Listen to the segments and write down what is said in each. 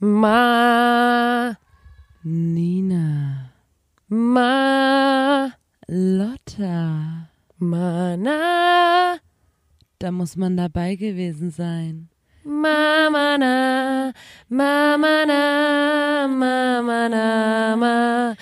Nina. Lotta. Mana. Da muss man dabei gewesen sein. Mama na, Mama na, Mama na,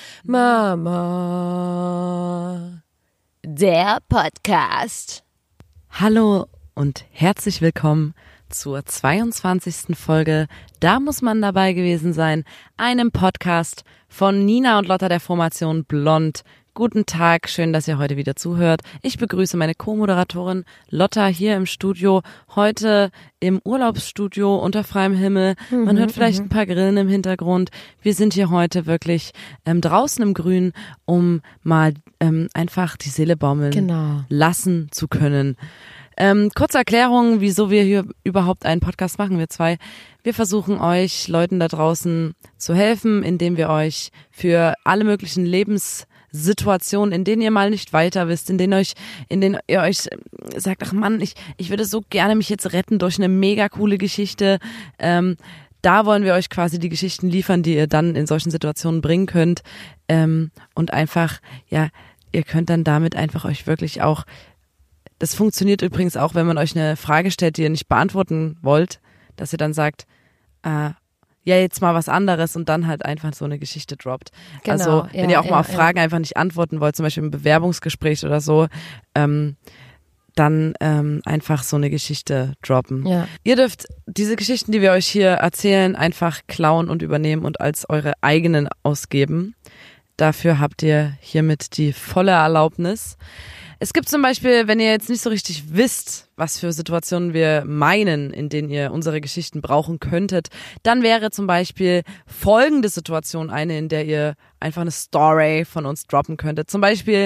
Mama. Der Podcast. Hallo und herzlich willkommen zur 22. Folge Da muss man dabei gewesen sein, einem Podcast von Nina und Lotta der Formation Blond. Guten Tag, schön, dass ihr heute wieder zuhört. Ich begrüße meine Co-Moderatorin Lotta hier im Studio, heute im Urlaubsstudio unter freiem Himmel. Man hört vielleicht ein paar Grillen im Hintergrund. Wir sind hier heute wirklich draußen im Grün, um mal einfach die Seele baumeln lassen zu können. Kurze Erklärung, wieso wir hier überhaupt einen Podcast machen, wir zwei. Wir versuchen euch Leuten da draußen zu helfen, indem wir euch für alle möglichen Lebenssituationen, in denen ihr mal nicht weiter wisst, in denen ihr euch sagt, ach Mann, ich würde so gerne mich jetzt retten durch eine mega coole Geschichte. Da wollen wir euch quasi die Geschichten liefern, die ihr dann in solchen Situationen bringen könnt. Und einfach, ja, ihr könnt dann damit einfach euch wirklich auch. Das funktioniert übrigens auch, wenn man euch eine Frage stellt, die ihr nicht beantworten wollt, dass ihr dann sagt, ja, jetzt mal was anderes und dann halt einfach so eine Geschichte droppt. Genau, also wenn ihr auch mal auf Fragen einfach nicht antworten wollt, zum Beispiel im Bewerbungsgespräch oder so, dann einfach so eine Geschichte droppen. Ja. Ihr dürft diese Geschichten, die wir euch hier erzählen, einfach klauen und übernehmen und als eure eigenen ausgeben. Dafür habt ihr hiermit die volle Erlaubnis. Es gibt zum Beispiel, wenn ihr jetzt nicht so richtig wisst, was für Situationen wir meinen, in denen ihr unsere Geschichten brauchen könntet, dann wäre zum Beispiel folgende Situation eine, in der ihr einfach eine Story von uns droppen könntet. Zum Beispiel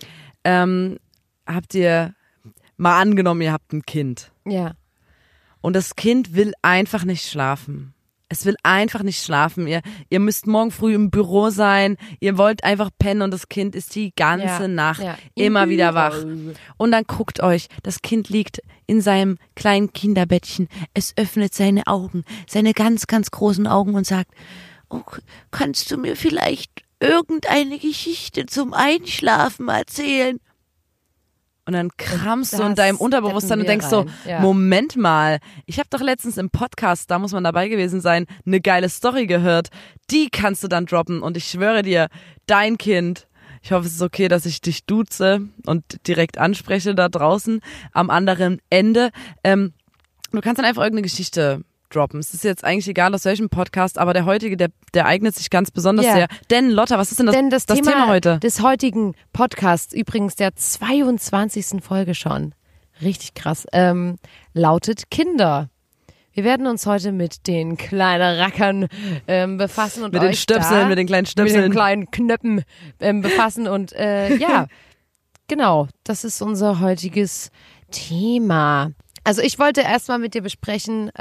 habt ihr mal angenommen, ihr habt ein Kind. Ja. Und das Kind will einfach nicht schlafen. Es will einfach nicht schlafen. Ihr müsst morgen früh im Büro sein. Ihr wollt einfach pennen und das Kind ist die ganze Nacht immer wieder wach. Und dann guckt euch, das Kind liegt in seinem kleinen Kinderbettchen. Es öffnet seine Augen, seine ganz, ganz großen Augen und sagt, oh, kannst du mir vielleicht irgendeine Geschichte zum Einschlafen erzählen? Und dann kramst du in deinem Unterbewusstsein und denkst so, Moment mal, ich habe doch letztens im Podcast, da muss man dabei gewesen sein, eine geile Story gehört. Die kannst du dann droppen und ich schwöre dir, dein Kind, ich hoffe es ist okay, dass ich dich duze und direkt anspreche da draußen am anderen Ende. Du kannst dann einfach irgendeine Geschichte droppen. Es ist jetzt eigentlich egal aus welchem Podcast, aber der heutige, der eignet sich ganz besonders sehr. Denn Lotta, was ist denn das Thema heute? Des heutigen Podcasts, übrigens der 22. Folge schon, richtig krass, lautet Kinder. Wir werden uns heute mit den kleinen Rackern befassen und mit den Stöpseln, mit den kleinen Stöpseln, mit den kleinen Knöpfen befassen und ja, genau, das ist unser heutiges Thema. Also ich wollte erstmal mit dir besprechen,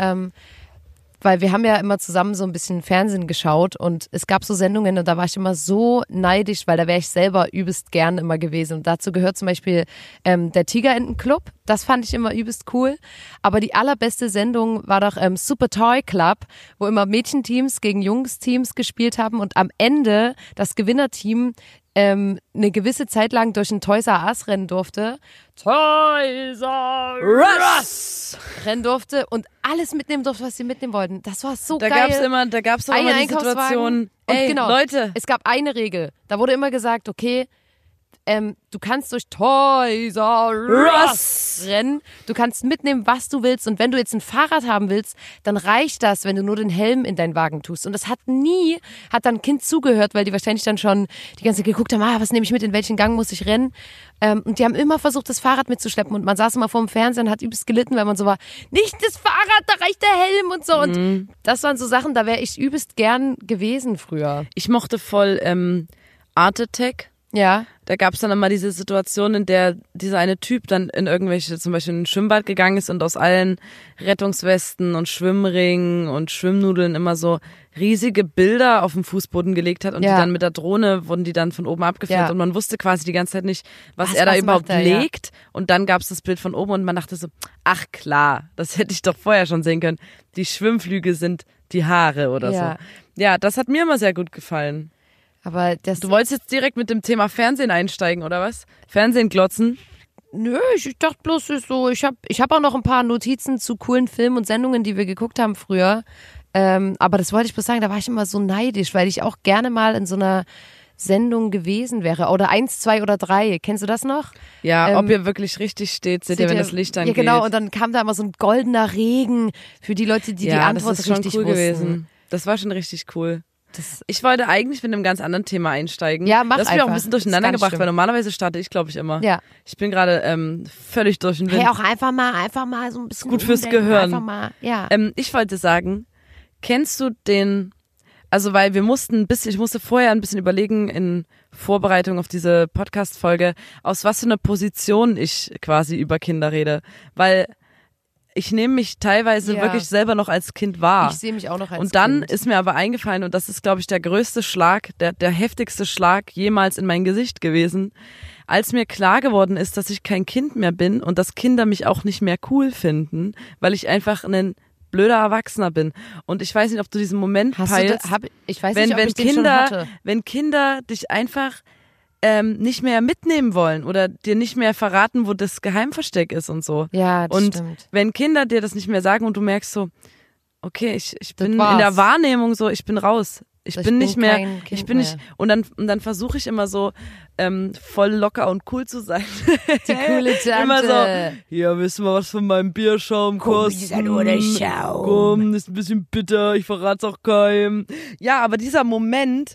weil wir haben ja immer zusammen so ein bisschen Fernsehen geschaut und es gab so Sendungen und da war ich immer so neidisch, weil da wäre ich selber übelst gern immer gewesen. Und dazu gehört zum Beispiel der Tigerentenclub, das fand ich immer übelst cool. Aber die allerbeste Sendung war doch Super Toy Club, wo immer Mädchenteams gegen Jungsteams gespielt haben und am Ende das Gewinnerteam eine gewisse Zeit lang durch ein Toys R Us rennen durfte. Toys R Us! Rennen durfte und alles mitnehmen durfte, was sie mitnehmen wollten. Das war so geil. Da gab's doch immer die Situation, ey, genau, Leute. Es gab eine Regel. Da wurde immer gesagt, okay, du kannst durch Toys R Us rennen, du kannst mitnehmen, was du willst und wenn du jetzt ein Fahrrad haben willst, dann reicht das, wenn du nur den Helm in deinen Wagen tust. Und das hat dann ein Kind zugehört, weil die wahrscheinlich dann schon die ganze Zeit geguckt haben, was nehme ich mit, in welchen Gang muss ich rennen. Und die haben immer versucht, das Fahrrad mitzuschleppen und man saß immer vor dem Fernseher und hat übelst gelitten, weil man so war, nicht das Fahrrad, da reicht der Helm und so. Und das waren so Sachen, da wäre ich übelst gern gewesen früher. Ich mochte voll Art Attack. Ja. Da gab es dann immer diese Situation, in der dieser eine Typ dann in irgendwelche, zum Beispiel in ein Schwimmbad gegangen ist und aus allen Rettungswesten und Schwimmringen und Schwimmnudeln immer so riesige Bilder auf den Fußboden gelegt hat und die dann mit der Drohne wurden die dann von oben abgefilmt und man wusste quasi die ganze Zeit nicht, was er da überhaupt legt. Und dann gab es das Bild von oben und man dachte so, ach klar, das hätte ich doch vorher schon sehen können. Die Schwimmflüge sind die Haare oder Ja. so. Ja, das hat mir immer sehr gut gefallen. Aber das. Du wolltest jetzt direkt mit dem Thema Fernsehen einsteigen, oder was? Fernsehen glotzen? Nö, ich dachte bloß, ist so, ich hab auch noch ein paar Notizen zu coolen Filmen und Sendungen, die wir geguckt haben früher. Aber das wollte ich bloß sagen, da war ich immer so neidisch, weil ich auch gerne mal in so einer Sendung gewesen wäre. Oder 1, 2 oder 3. Kennst du das noch? Ja, ob ihr wirklich richtig steht, seht ihr, wenn das Licht angeht. Ja, genau. Und dann kam da immer so ein goldener Regen für die Leute, die die Antwort das ist schon richtig cool wussten. gewesen. Das war schon richtig cool. Ich wollte eigentlich mit einem ganz anderen Thema einsteigen. Ja, mach das ist mir auch ein einfach. bisschen durcheinander Ist gar nicht gebracht, schlimm. weil normalerweise starte ich, glaube ich, immer. Ja. Ich bin gerade völlig durch den Wind. Hey, auch einfach mal so ein bisschen Gut fürs umdenken, Gehirn. Einfach mal, ja. Ich wollte sagen, kennst du den, also weil ich musste vorher ein bisschen überlegen in Vorbereitung auf diese Podcast-Folge, aus was für einer Position ich quasi über Kinder rede, weil ich nehme mich teilweise wirklich selber noch als Kind wahr. Ich sehe mich auch noch als Und dann Kind. ist mir aber eingefallen, und das ist, glaube ich, der größte Schlag, der heftigste Schlag jemals in mein Gesicht gewesen, als mir klar geworden ist, dass ich kein Kind mehr bin und dass Kinder mich auch nicht mehr cool finden, weil ich einfach ein blöder Erwachsener bin. Und ich weiß nicht, ob du diesen Moment peilst, ich weiß nicht, ob ich den schon Kinder, hatte. wenn Kinder dich einfach nicht mehr mitnehmen wollen oder dir nicht mehr verraten, wo das Geheimversteck ist und so. Ja, das Und stimmt. wenn Kinder dir das nicht mehr sagen und du merkst so, okay, ich bin war's. in der Wahrnehmung so, ich bin raus. Ich bin nicht mehr, kein Kind ich bin nicht, mehr. und dann versuche ich immer so voll locker und cool zu sein. Die coole Tante. Immer so, hier, wissen wir, was von meinem Bierschaum kostet. ist ja nur der Schaum. Komm, ist ein bisschen bitter, ich verrat's auch keinem. Ja, aber dieser Moment,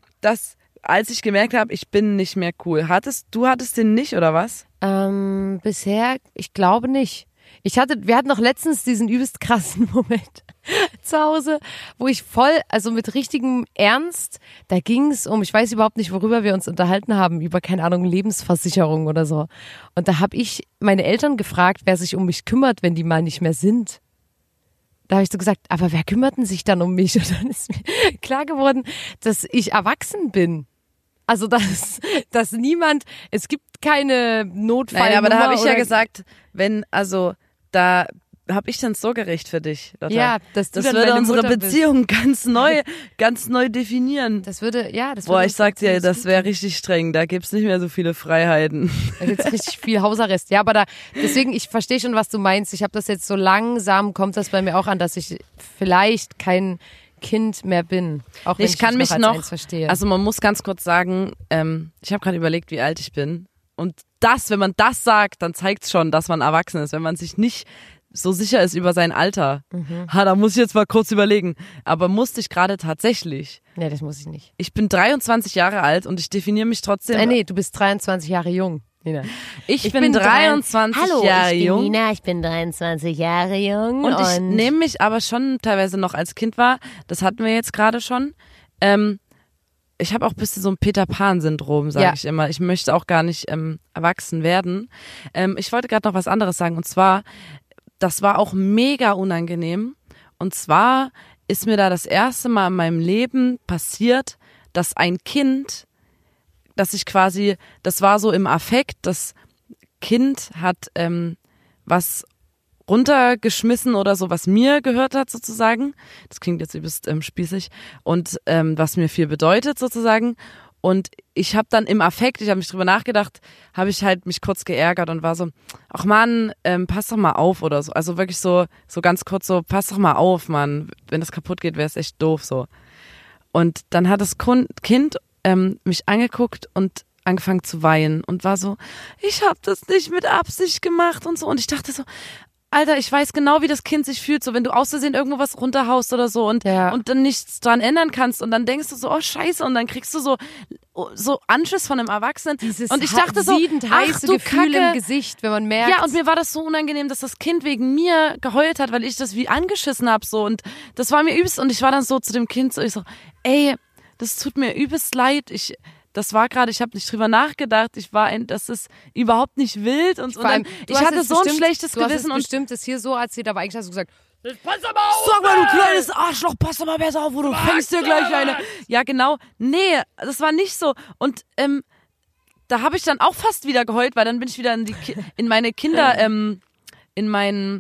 als ich gemerkt habe, ich bin nicht mehr cool. Du hattest den nicht, oder was? Bisher, ich glaube nicht. Wir hatten noch letztens diesen übelst krassen Moment zu Hause, wo ich also mit richtigem Ernst, da ging es ich weiß überhaupt nicht, worüber wir uns unterhalten haben, über, keine Ahnung, Lebensversicherung oder so. Und da habe ich meine Eltern gefragt, wer sich um mich kümmert, wenn die mal nicht mehr sind. Da habe ich so gesagt, aber wer kümmert denn sich dann um mich? Und dann ist mir klar geworden, dass ich erwachsen bin. Also, dass niemand, es gibt keine Notfallnummer. Nein, aber da habe ich ja oder- gesagt, da habe ich dann Sorgerecht für dich, Lotta. Ja, dass du das dann würde meine unsere Mutter Beziehung ganz neu definieren. Das würde. Boah, ich sag dir, das wäre richtig streng. Da gibt's nicht mehr so viele Freiheiten. Da gibt's richtig viel Hausarrest. Ja, aber deswegen, ich verstehe schon, was du meinst. Ich habe das jetzt so langsam, kommt das bei mir auch an, dass ich vielleicht kein Kind mehr bin. Auch wenn Ich kann mich als noch, eins verstehe. also man muss ganz kurz sagen, ich habe gerade überlegt, wie alt ich bin. Und wenn man das sagt, dann zeigt's schon, dass man erwachsen ist. Wenn man sich nicht so sicher ist über sein Alter. Da muss ich jetzt mal kurz überlegen. Aber musste ich gerade tatsächlich. Nee, das muss ich nicht. Ich bin 23 Jahre alt und ich definiere mich trotzdem. Nee, du bist 23 Jahre jung, Nina. Ich bin 23 Jahre jung. Nina, ich bin 23 Jahre jung. Und ich nehme mich aber schon teilweise noch als Kind wahr. Das hatten wir jetzt gerade schon. Ich habe auch ein bisschen so ein Peter-Pan-Syndrom, sage ich immer. Ich möchte auch gar nicht erwachsen werden. Ich wollte gerade noch was anderes sagen. Und zwar, das war auch mega unangenehm. Und zwar ist mir da das erste Mal in meinem Leben passiert, dass ein Kind, das war so im Affekt, das Kind hat was runtergeschmissen oder so, was mir gehört hat sozusagen. Das klingt jetzt übelst spießig. Und was mir viel bedeutet sozusagen. Und ich habe dann im Affekt, ich habe mich drüber nachgedacht, habe ich halt mich kurz geärgert und war so, ach Mann, pass doch mal auf oder so. Also wirklich so ganz kurz so, pass doch mal auf, Mann. Wenn das kaputt geht, wäre es echt doof so. Und dann hat das Kind mich angeguckt und angefangen zu weinen und war so, ich habe das nicht mit Absicht gemacht und so. Und ich dachte so, Alter, ich weiß genau, wie das Kind sich fühlt, so wenn du aus Versehen irgendwo was runterhaust oder so und dann nichts dran ändern kannst und dann denkst du so, oh Scheiße, und dann kriegst du so Anschiss von einem Erwachsenen. Und ich dachte so, heiße Gefühl im Gesicht, wenn man merkt. Ja, und mir war das so unangenehm, dass das Kind wegen mir geheult hat, weil ich das wie angeschissen hab so, und das war mir übelst, und ich war dann so zu dem Kind so, ich so, ey, das tut mir übelst leid, ich habe nicht drüber nachgedacht, das ist überhaupt nicht wild und so. Ich hatte so ein schlechtes Gewissen und bestimmt ist hier so erzählt, aber eigentlich hast du gesagt, pass doch mal auf! Sag mal, du kleines Arschloch, pass doch mal besser auf, wo du fängst dir gleich eine. Ja, genau. Nee, das war nicht so. Und da habe ich dann auch fast wieder geheult, weil dann bin ich wieder in meine Kinder, in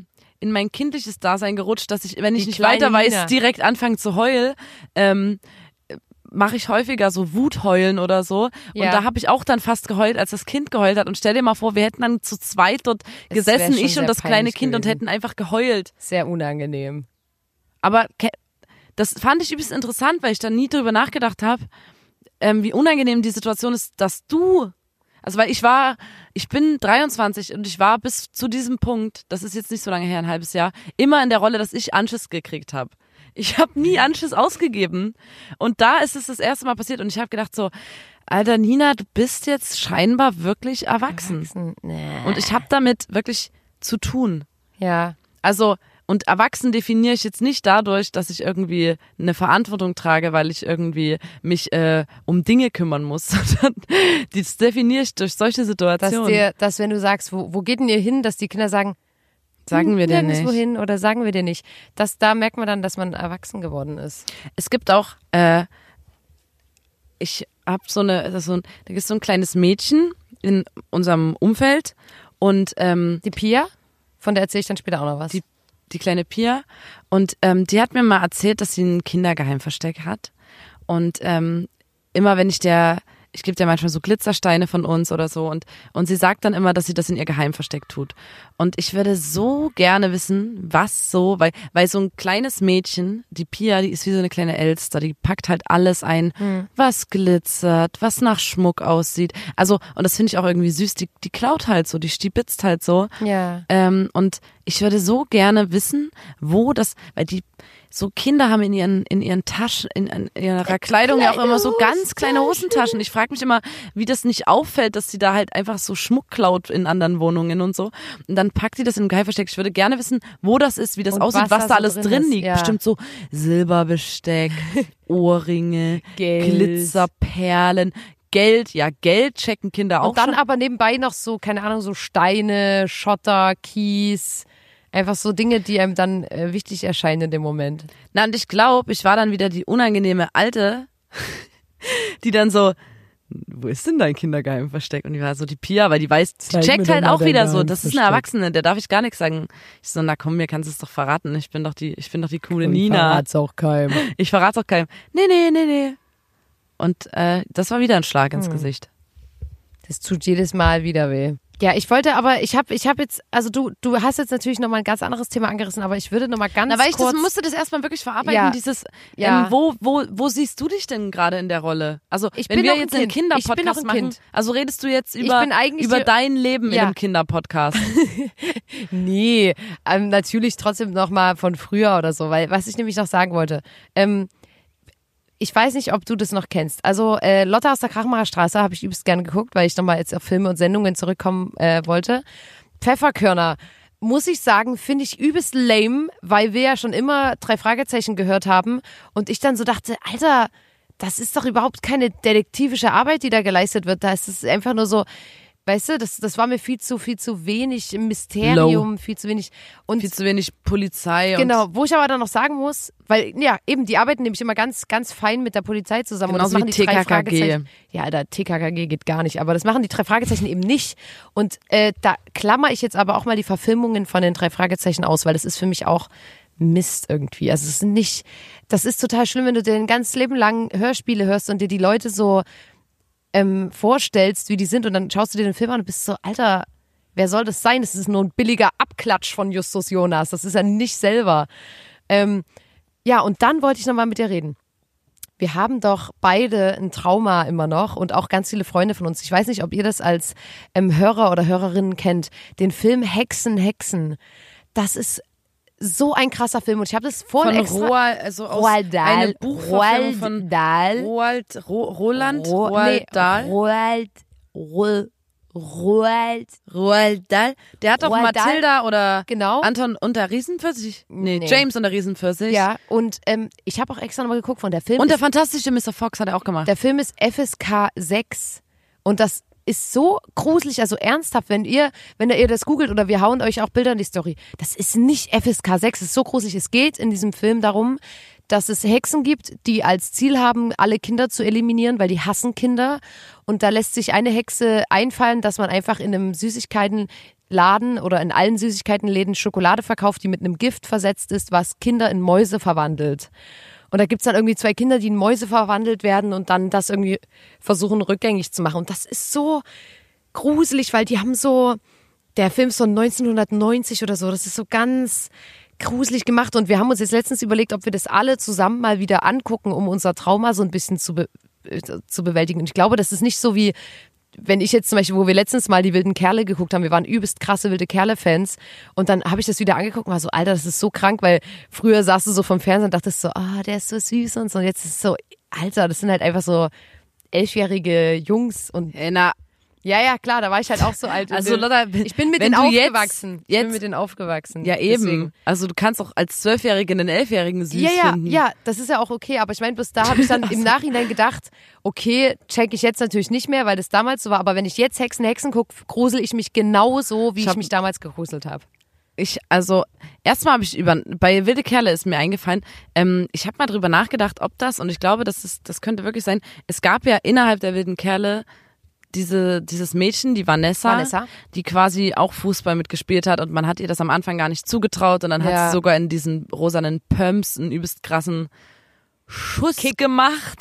in mein kindliches Dasein gerutscht, dass ich, wenn ich Die nicht kleine weiter weiß, Nina. direkt anfange zu heulen. Mache ich häufiger so Wutheulen oder so. Ja. Und da habe ich auch dann fast geheult, als das Kind geheult hat. Und stell dir mal vor, wir hätten dann zu zweit dort Es wär gesessen, schon ich und sehr das kleine peinlich Kind, und gewesen. hätten einfach geheult. Sehr unangenehm. Aber das fand ich übelst interessant, weil ich dann nie drüber nachgedacht habe, wie unangenehm die Situation ist, dass du, also weil ich bin 23 und ich war bis zu diesem Punkt, das ist jetzt nicht so lange her, ein halbes Jahr, immer in der Rolle, dass ich Anschiss gekriegt habe. Ich habe nie Anschiss ausgegeben. Und da ist es das erste Mal passiert und ich habe gedacht so, Alter Nina, du bist jetzt scheinbar wirklich erwachsen. Nee. Und ich habe damit wirklich zu tun. Ja. Also, und erwachsen definiere ich jetzt nicht dadurch, dass ich irgendwie eine Verantwortung trage, weil ich irgendwie mich um Dinge kümmern muss, sondern das definiere ich durch solche Situationen. Dass wenn du sagst, wo geht denn ihr hin, dass die Kinder sagen, Sagen wir dir nirgendwo nicht. hin oder sagen wir dir nicht. Da merkt man dann, dass man erwachsen geworden ist. Es gibt auch, ich habe da ist so ein kleines Mädchen in unserem Umfeld und Die Pia, von der erzähle ich dann später auch noch was. die kleine Pia, und die hat mir mal erzählt, dass sie ein Kindergeheimversteck hat, und immer wenn ich gebe dir manchmal so Glitzersteine von uns oder so, und sie sagt dann immer, dass sie das in ihr Geheimversteck tut. Und ich würde so gerne wissen, was so, weil so ein kleines Mädchen, die Pia, die ist wie so eine kleine Elster, die packt halt alles ein, was glitzert, was nach Schmuck aussieht. Also, und das finde ich auch irgendwie süß, die klaut halt so, die stibitzt halt so. Ja. Und ich würde so gerne wissen, wo das, weil so Kinder haben in ihren Taschen, in ihrer Kleidung ja auch immer so ganz kleine Hosentaschen. Ich frage mich immer, wie das nicht auffällt, dass sie da halt einfach so Schmuck klaut in anderen Wohnungen und so. Und dann packt sie das in ein Geheimversteck. Ich würde gerne wissen, wo das ist, wie das Und aussieht, was was da da alles so drin drin ist, liegt. ja. Bestimmt so Silberbesteck, Ohrringe, Geld. Glitzerperlen, Geld. Ja, Geld checken Kinder auch Und dann schon. aber nebenbei noch so, keine Ahnung, so Steine, Schotter, Kies. Einfach so Dinge, die einem dann wichtig erscheinen in dem Moment. Na, und ich glaube, ich war dann wieder die unangenehme Alte, die dann so, wo ist denn dein Kindergeheimversteck? Und die war so die Pia, weil die weiß, die Zeig mir checkt doch halt mal auch dein wieder so, das ist eine Geheimversteck. Erwachsene, der darf ich gar nichts sagen. Ich so, na komm, mir kannst du es doch verraten, ich bin doch die coole Und Nina. verrat's auch keinem. Ich verrate auch keinem. Nee. Und das war wieder ein Schlag ins Gesicht. Das tut jedes Mal wieder weh. Ja, ich habe jetzt, also du hast jetzt natürlich nochmal ein ganz anderes Thema angerissen, aber ich würde nochmal ganz Na, weil kurz. musste das erstmal wirklich verarbeiten, Ja. dieses, Ja. wo siehst du dich denn gerade in der Rolle? Also, Ich wenn bin wir noch ein jetzt einen Kind. Ich bin noch Kinderpodcast ein machen, Kind. also redest du jetzt Ich über bin eigentlich dein Leben in Ja. einem Kinderpodcast? Nee, natürlich trotzdem nochmal von früher oder so, weil was ich nämlich noch sagen wollte, ich weiß nicht, ob du das noch kennst. Also Lotta aus der Krachmacherstraße habe ich übelst gerne geguckt, weil ich nochmal jetzt auf Filme und Sendungen zurückkommen wollte. Pfefferkörner, muss ich sagen, finde ich übelst lame, weil wir ja schon immer 3 Fragezeichen gehört haben und ich dann so dachte, Alter, das ist doch überhaupt keine detektivische Arbeit, die da geleistet wird. Da ist es einfach nur so, weißt du, das war mir viel zu wenig Mysterium, viel zu wenig. Und Viel zu wenig Polizei. genau, wo ich aber dann noch sagen muss, weil, ja, eben, die arbeiten nämlich immer ganz, ganz fein mit der Polizei zusammen. Genauso und das machen wie die 3 TKKG. Fragezeichen. Ja, Alter, TKKG geht gar nicht, aber das machen die 3 Fragezeichen eben nicht. Und da klammer ich jetzt aber auch mal die Verfilmungen von den 3 Fragezeichen aus, weil das ist für mich auch Mist irgendwie. Also es ist nicht, das ist total schlimm, wenn du dir ein ganzes Leben lang Hörspiele hörst und dir die Leute so vorstellst, wie die sind und dann schaust du dir den Film an und bist so, Alter, wer soll das sein? Das ist nur ein billiger Abklatsch von Justus Jonas. Das ist er nicht selber. Ja, und dann wollte ich nochmal mit dir reden. Wir haben doch beide ein Trauma immer noch und auch ganz viele Freunde von uns. Ich weiß nicht, ob ihr das als Hörer oder Hörerinnen kennt. Den Film Hexen. Das ist so ein krasser Film und ich habe das vorhin von extra... Roald, also aus Roald Dahl. eine Buchverfilmung von Roald Dahl. Der hat doch Roald Dahl. Mathilda oder Genau. Anton und der Riesenpfirsich. Nee, Nee. James und der Riesenpfirsich. Ja, und ich habe auch extra nochmal geguckt von der Film. Und der fantastische Mr. Fox hat er auch gemacht. Der Film ist FSK 6 und das ist so gruselig, also ernsthaft, wenn ihr das googelt oder wir hauen euch auch Bilder in die Story, das ist nicht FSK 6, das ist so gruselig. Es geht in diesem Film darum, dass es Hexen gibt, die als Ziel haben, alle Kinder zu eliminieren, weil die hassen Kinder. Und da lässt sich eine Hexe einfallen, dass man einfach in einem Süßigkeitenladen oder in allen Süßigkeitenläden Schokolade verkauft, die mit einem Gift versetzt ist, was Kinder in Mäuse verwandelt. Und da gibt's dann irgendwie 2 Kinder, die in Mäuse verwandelt werden und dann das irgendwie versuchen rückgängig zu machen. Und das ist so gruselig, weil die haben so, der Film ist von 1990 oder so, das ist so ganz gruselig gemacht. Und wir haben uns jetzt letztens überlegt, ob wir das alle zusammen mal wieder angucken, um unser Trauma so ein bisschen zu bewältigen. Und ich glaube, das ist nicht so wie, wenn ich jetzt zum Beispiel, wo wir letztens mal die Wilden Kerle geguckt haben, wir waren übelst krasse Wilde Kerle-Fans und dann habe ich das wieder angeguckt und war so, Alter, das ist so krank, weil früher saßt du so vom Fernsehen und dachtest so, der ist so süß und so. Und jetzt ist es so, Alter, das sind halt einfach so 11-jährige Jungs und ja, klar, da war ich halt auch so alt. Also Lotta, ich bin mit denen aufgewachsen. Ich bin mit denen aufgewachsen. Ja, eben. Deswegen. Also du kannst auch als 12-Jährige einen 11-Jährigen süß finden. Ja, das ist ja auch okay. Aber ich meine, bis da habe ich dann im Nachhinein gedacht, okay, check ich jetzt natürlich nicht mehr, weil das damals so war. Aber wenn ich jetzt Hexen gucke, grusel ich mich genauso, wie ich mich damals gegruselt habe. Erstmal habe ich bei Wilde Kerle ist mir eingefallen, ich habe mal drüber nachgedacht, ob und ich glaube, das könnte wirklich sein, es gab ja innerhalb der Wilden Kerle dieses Mädchen, die Vanessa, die quasi auch Fußball mitgespielt hat und man hat ihr das am Anfang gar nicht zugetraut und dann hat sie sogar in diesen rosanen Pumps einen übelst krassen Schuss gemacht.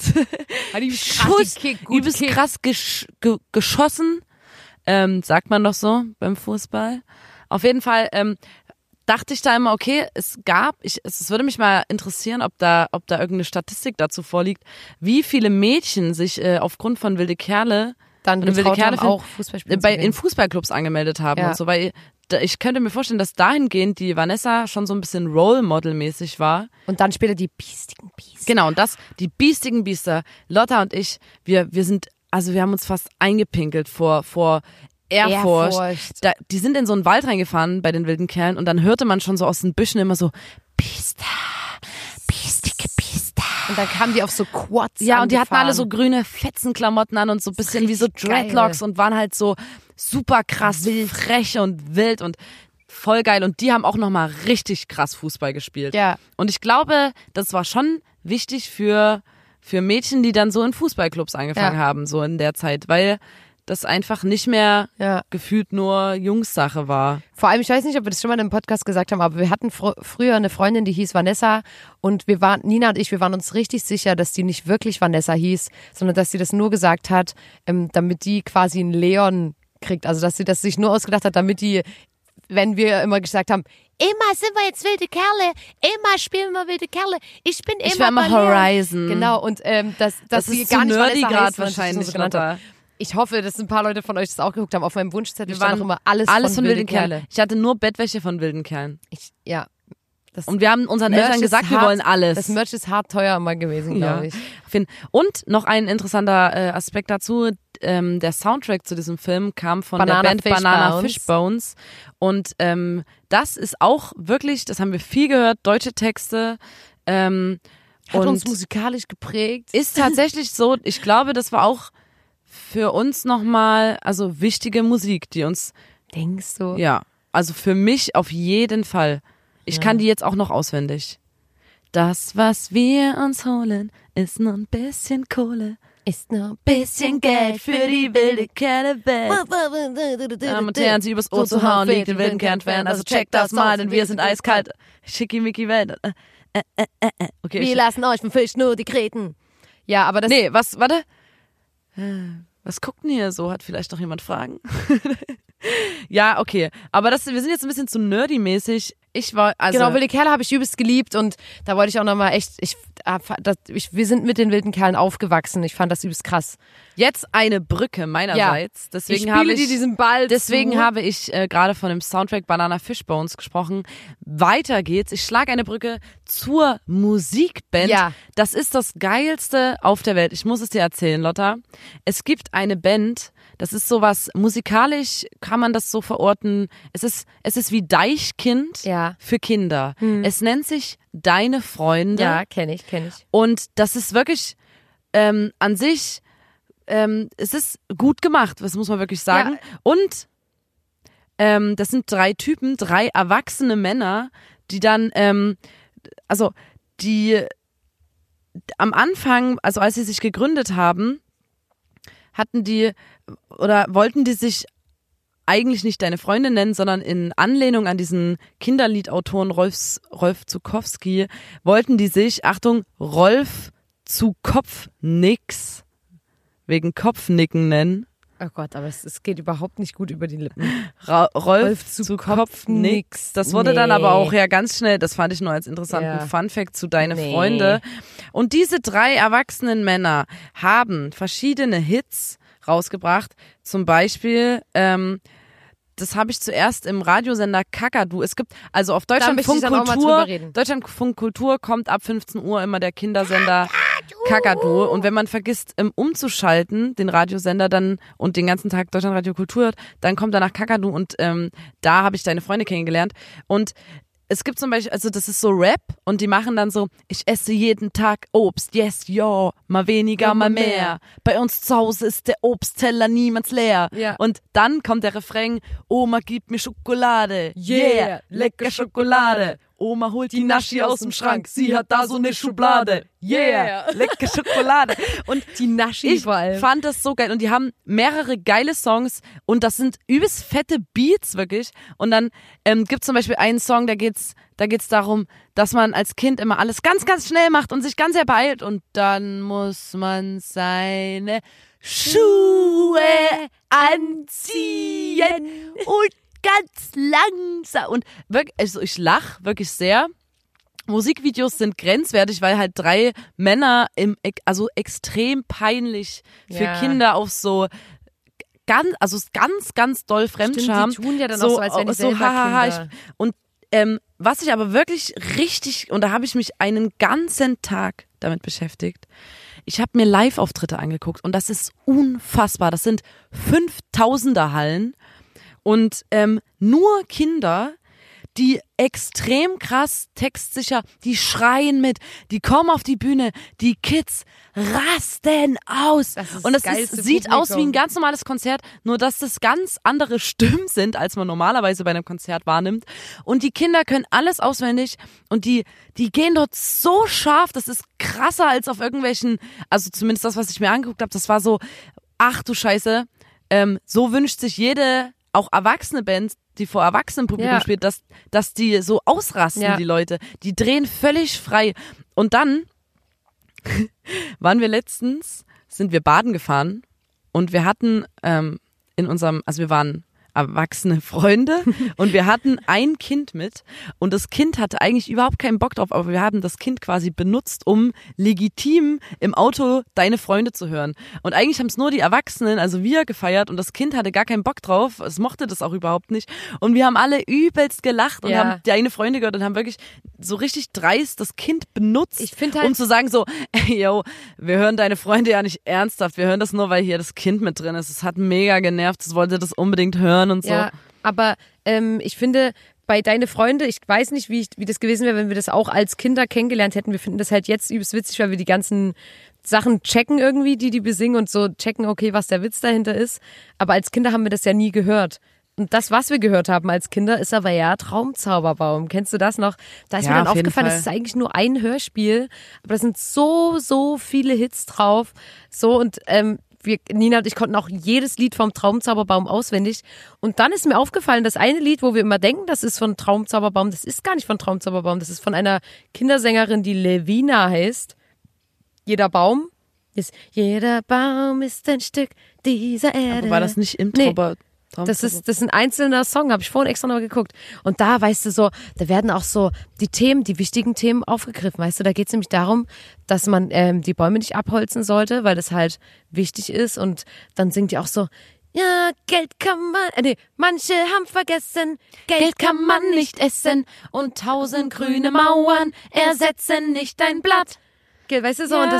Übelst krass geschossen, sagt man doch so beim Fußball. Auf jeden Fall dachte ich da immer, okay, es würde mich mal interessieren, ob da irgendeine Statistik dazu vorliegt, wie viele Mädchen sich aufgrund von Wilde Kerle dann getraut haben, auch Fußball spielen in Fußballclubs angemeldet haben und so, weil ich könnte mir vorstellen, dass dahingehend die Vanessa schon so ein bisschen Role-Model-mäßig war. Und dann später die biestigen Biester. Genau, und die biestigen Biester, Lotta und ich, wir haben uns fast eingepinkelt vor Ehrfurcht. Die sind in so einen Wald reingefahren bei den Wilden Kerlen und dann hörte man schon so aus den Büschen immer so, Biester, biestige Biester. Und dann kamen die auf so Quads Ja, und die hatten alle so grüne Fetzenklamotten an und so ein bisschen wie so Dreadlocks und waren halt so super krass frech und wild und voll geil. Und die haben auch nochmal richtig krass Fußball gespielt. Ja. Und ich glaube, das war schon wichtig für Mädchen, die dann so in Fußballclubs angefangen haben, so in der Zeit, weil das einfach nicht mehr gefühlt nur Jungs-Sache war. Vor allem, ich weiß nicht, ob wir das schon mal in einem Podcast gesagt haben, aber wir hatten früher eine Freundin, die hieß Vanessa und Nina und ich, wir waren uns richtig sicher, dass die nicht wirklich Vanessa hieß, sondern dass sie das nur gesagt hat, damit die quasi einen Leon kriegt. Also, dass sie das sich nur ausgedacht hat, damit die, wenn wir immer gesagt haben, immer sind wir jetzt wilde Kerle, immer spielen wir wilde Kerle, ich bin immer Horizon. Genau, und dass sie gar nicht nerdy Vanessa heißt, wahrscheinlich so genannt hat. Ich hoffe, dass ein paar Leute von euch das auch geguckt haben. Auf meinem Wunschzettel stand auch immer alles von wilden Kerle. Ich hatte nur Bettwäsche von Wilden Kerlen. Und wir haben unseren Eltern gesagt, wir wollen alles. Das Merch ist hart teuer immer gewesen, glaube ich. Und noch ein interessanter Aspekt dazu, der Soundtrack zu diesem Film kam von der Band Banana Fishbones. Und das ist auch wirklich, das haben wir viel gehört, deutsche Texte. Hat uns musikalisch geprägt. Ist tatsächlich so, ich glaube, das war auch für uns nochmal, also wichtige Musik, die uns... Denkst du? Ja, also für mich auf jeden Fall. Ich kann die jetzt auch noch auswendig. Das, was wir uns holen, ist nur ein bisschen Kohle. Ist nur ein bisschen Geld für die wilde Kerle-Welt. Damen und Herren, sie übers Ohr zu hauen, liegt den wilden Kern fern. Also check das mal, denn wir sind eiskalt. Schickimicki-Welt. Okay, wir lassen euch vom Fisch nur die Kreten. Ja, aber das... Nee, warte. Was guckt denn hier so? Hat vielleicht noch jemand Fragen? Ja, okay. Aber wir sind jetzt ein bisschen zu nerdy-mäßig. Genau, wilde Kerle habe ich übelst geliebt und da wollte ich auch nochmal echt, wir sind mit den wilden Kerlen aufgewachsen. Ich fand das übelst krass. Jetzt eine Brücke meinerseits. Ja. Deswegen habe ich gerade von dem Soundtrack Banana Fishbones gesprochen. Weiter geht's. Ich schlage eine Brücke zur Musikband. Ja. Das ist das Geilste auf der Welt. Ich muss es dir erzählen, Lotta. Es gibt eine Band, das ist sowas, musikalisch kann man das so verorten. Es ist wie Deichkind für Kinder. Es nennt sich Deine Freunde. Ja, kenn ich. Und das ist wirklich an sich, es ist gut gemacht, das muss man wirklich sagen. Ja. Und das sind 3 Typen, 3 erwachsene Männer, die dann, die am Anfang, also als sie sich gegründet haben, wollten die sich eigentlich nicht Deine Freunde nennen, sondern in Anlehnung an diesen Kinderliedautoren Rolf Zukowski, wollten die sich, Achtung, Rolf zu Kopfnix, wegen Kopfnicken nennen. Oh Gott, aber es geht überhaupt nicht gut über die Lippen. Rolf zu Kopfnix. Das wurde dann aber auch ja ganz schnell, das fand ich nur als interessanten Funfact zu Deine Freunde. Und diese 3 erwachsenen Männer haben verschiedene Hits rausgebracht. Zum Beispiel, das habe ich zuerst im Radiosender Kakadu. Es gibt, also auf Deutschlandfunk Kultur kommt ab 15 Uhr immer der Kindersender Kakadu. Und wenn man vergisst, umzuschalten, den Radiosender dann und den ganzen Tag Deutschlandradio Kultur hört, dann kommt danach Kakadu und da habe ich Deine Freunde kennengelernt. Und es gibt zum Beispiel, also das ist so Rap und die machen dann so, ich esse jeden Tag Obst, yes, yo, mal weniger, mal mehr. Bei uns zu Hause ist der Obstteller niemals leer. Ja. Und dann kommt der Refrain, Oma gibt mir Schokolade, yeah, lecker Schokolade. Oma holt die Naschi aus dem Schrank, sie hat da so eine Schublade. Yeah, lecker Schokolade. Und die Naschi vor allem. Ich fand das so geil. Und die haben mehrere geile Songs und das sind übelst fette Beats, wirklich. Und dann gibt's zum Beispiel einen Song, da geht's darum, dass man als Kind immer alles ganz, ganz schnell macht und sich ganz sehr beeilt. Und dann muss man seine Schuhe anziehen und ganz langsam und wirklich, also ich lache wirklich sehr. Musikvideos sind grenzwertig, weil halt 3 Männer also extrem peinlich für Kinder auf so ganz doll Fremdscham. Stimmt, die tun ja dann auch so, als wenn die selber Kinder. Und was ich aber wirklich richtig, und da habe ich mich einen ganzen Tag damit beschäftigt, ich habe mir Live-Auftritte angeguckt und das ist unfassbar. Das sind 5000er Hallen. Und nur Kinder, die extrem krass textsicher, die schreien mit, die kommen auf die Bühne, die Kids rasten aus. Und das sieht aus wie ein ganz normales Konzert, nur dass das ganz andere Stimmen sind, als man normalerweise bei einem Konzert wahrnimmt. Und die Kinder können alles auswendig und die gehen dort so scharf, das ist krasser als auf irgendwelchen, also zumindest das, was ich mir angeguckt habe, das war so, ach du Scheiße, so wünscht sich jede auch erwachsene Band, die vor erwachsenem Publikum spielt, dass die so ausrasten, die Leute. Die drehen völlig frei. Und dann sind wir baden gefahren und wir hatten wir waren erwachsene Freunde und wir hatten ein Kind mit und das Kind hatte eigentlich überhaupt keinen Bock drauf, aber wir haben das Kind quasi benutzt, um legitim im Auto Deine Freunde zu hören. Und eigentlich haben es nur die Erwachsenen, also wir, gefeiert und das Kind hatte gar keinen Bock drauf, es mochte das auch überhaupt nicht und wir haben alle übelst gelacht und haben Deine Freunde gehört und haben wirklich so richtig dreist das Kind benutzt, um zu sagen so, ey, yo, wir hören Deine Freunde ja nicht ernsthaft, wir hören das nur, weil hier das Kind mit drin ist. Es hat mega genervt, es wollte das unbedingt hören und so. Ja, aber ich finde, bei Deine Freunde, ich weiß nicht, wie das gewesen wäre, wenn wir das auch als Kinder kennengelernt hätten. Wir finden das halt jetzt übelst witzig, weil wir die ganzen Sachen checken irgendwie, die besingen und so checken, okay, was der Witz dahinter ist. Aber als Kinder haben wir das ja nie gehört. Und das, was wir gehört haben als Kinder, ist aber Traumzauberbaum. Kennst du das noch? Da ist mir dann aufgefallen, das ist eigentlich nur ein Hörspiel, aber da sind so viele Hits drauf. So und Nina und ich konnten auch jedes Lied vom Traumzauberbaum auswendig. Und dann ist mir aufgefallen, das eine Lied, wo wir immer denken, das ist von Traumzauberbaum, das ist gar nicht von Traumzauberbaum, das ist von einer Kindersängerin, die Levina heißt. Jeder Baum ist ein Stück dieser Erde. Aber war das nicht im Das ist ein einzelner Song, habe ich vorhin extra noch geguckt. Und da, weißt du, so, da werden auch so die wichtigen Themen aufgegriffen, weißt du, da geht es nämlich darum, dass man die Bäume nicht abholzen sollte, weil das halt wichtig ist und dann singt die auch so, ja, Geld kann man, manche haben vergessen, Geld kann man nicht essen und 1000 grüne Mauern ersetzen nicht dein Blatt. Weißt du, so, und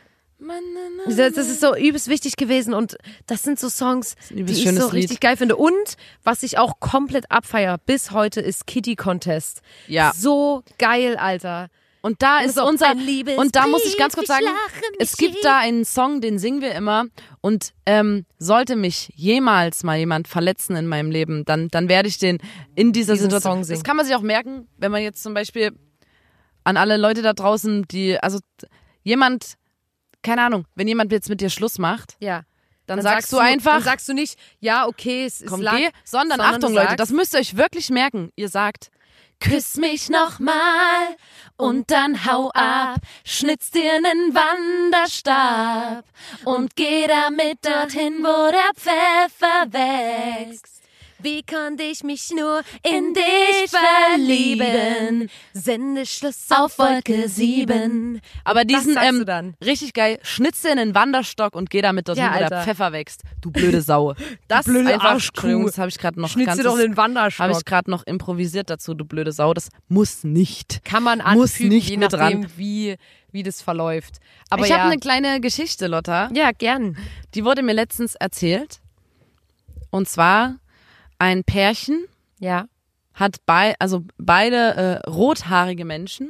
das ist so übelst wichtig gewesen und das sind so Songs, die ich so richtig geil finde. Und was ich auch komplett abfeiere bis heute ist Kitty Contest. Ja. So geil, Alter. Und da ist und da muss ich ganz kurz sagen, es gibt da einen Song, den singen wir immer und sollte mich jemals mal jemand verletzen in meinem Leben, dann werde ich den in dieser Situation singen. Das kann man sich auch merken, wenn man jetzt zum Beispiel an alle Leute da draußen, jemand, keine Ahnung, wenn jemand jetzt mit dir Schluss macht, Ja. dann sagst du einfach, Dann sagst du nicht, ja, okay, es ist komm, lang, geh, sondern Achtung, Leute, das müsst ihr euch wirklich merken. Ihr sagt, küss mich nochmal und dann hau ab, schnitz dir nen Wanderstab und geh damit dorthin, wo der Pfeffer wächst. Wie konnte ich mich nur in dich verlieben? Sende Schluss auf Wolke 7. Aber diesen, sagst du dann. richtig geil, schnitz dir einen Wanderstock und geh damit dorthin, Ja, wo der Alter. Pfeffer wächst. Du blöde Sau. Das blöde ist einfach, Arschkuh. Entschuldigung, das habe ich gerade noch Schnitz dir doch den Wanderstock. habe ich gerade noch improvisiert dazu, du blöde Sau. Das muss nicht. Kann man Muss anfügen, nicht je mit nachdem, ran. wie das verläuft. Aber Ich habe eine kleine Geschichte, Lotta. Ja, gern. Die wurde mir letztens erzählt. Und zwar ein Pärchen Ja. hat beide rothaarige Menschen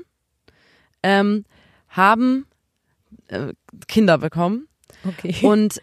haben Kinder bekommen. Okay. Und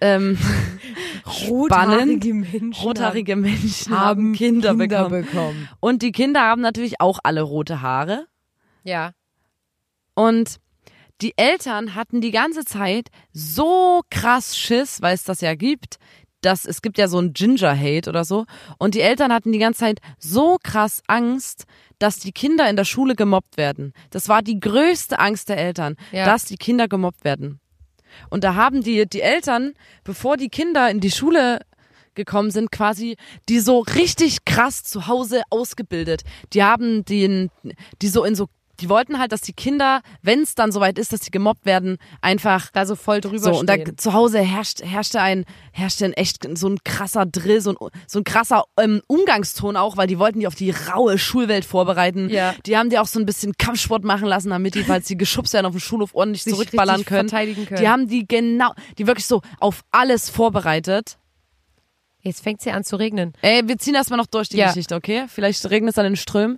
Rothaarige rothaarige Menschen haben Kinder bekommen. Und die Kinder haben natürlich auch alle rote Haare. Ja. Und die Eltern hatten die ganze Zeit so krass Schiss, weil es das ja gibt, dass es gibt ja so ein Ginger-Hate oder so. Und die Eltern hatten die ganze Zeit so krass Angst, dass die Kinder in der Schule gemobbt werden. Das war die größte Angst der Eltern, Ja. dass die Kinder gemobbt werden. Und da haben die Eltern, bevor die Kinder in die Schule gekommen sind, quasi die so richtig krass zu Hause ausgebildet. Die haben die wollten halt, dass die Kinder, wenn es dann soweit ist, dass sie gemobbt werden, einfach Da so voll drüber so, und da stehen. zu Hause herrschte ein echt so ein krasser Drill, so ein krasser Umgangston auch, weil die wollten die auf die raue Schulwelt vorbereiten. Ja. Die haben die auch so ein bisschen Kampfsport machen lassen, damit die, falls die geschubst werden auf dem Schulhof, ordentlich Sich zurückballern richtig können. verteidigen können. Die haben die wirklich so auf alles vorbereitet. Jetzt fängt es ja an zu regnen. Ey, wir ziehen erstmal noch durch die Ja. Geschichte, okay? Vielleicht regnet es dann in Strömen.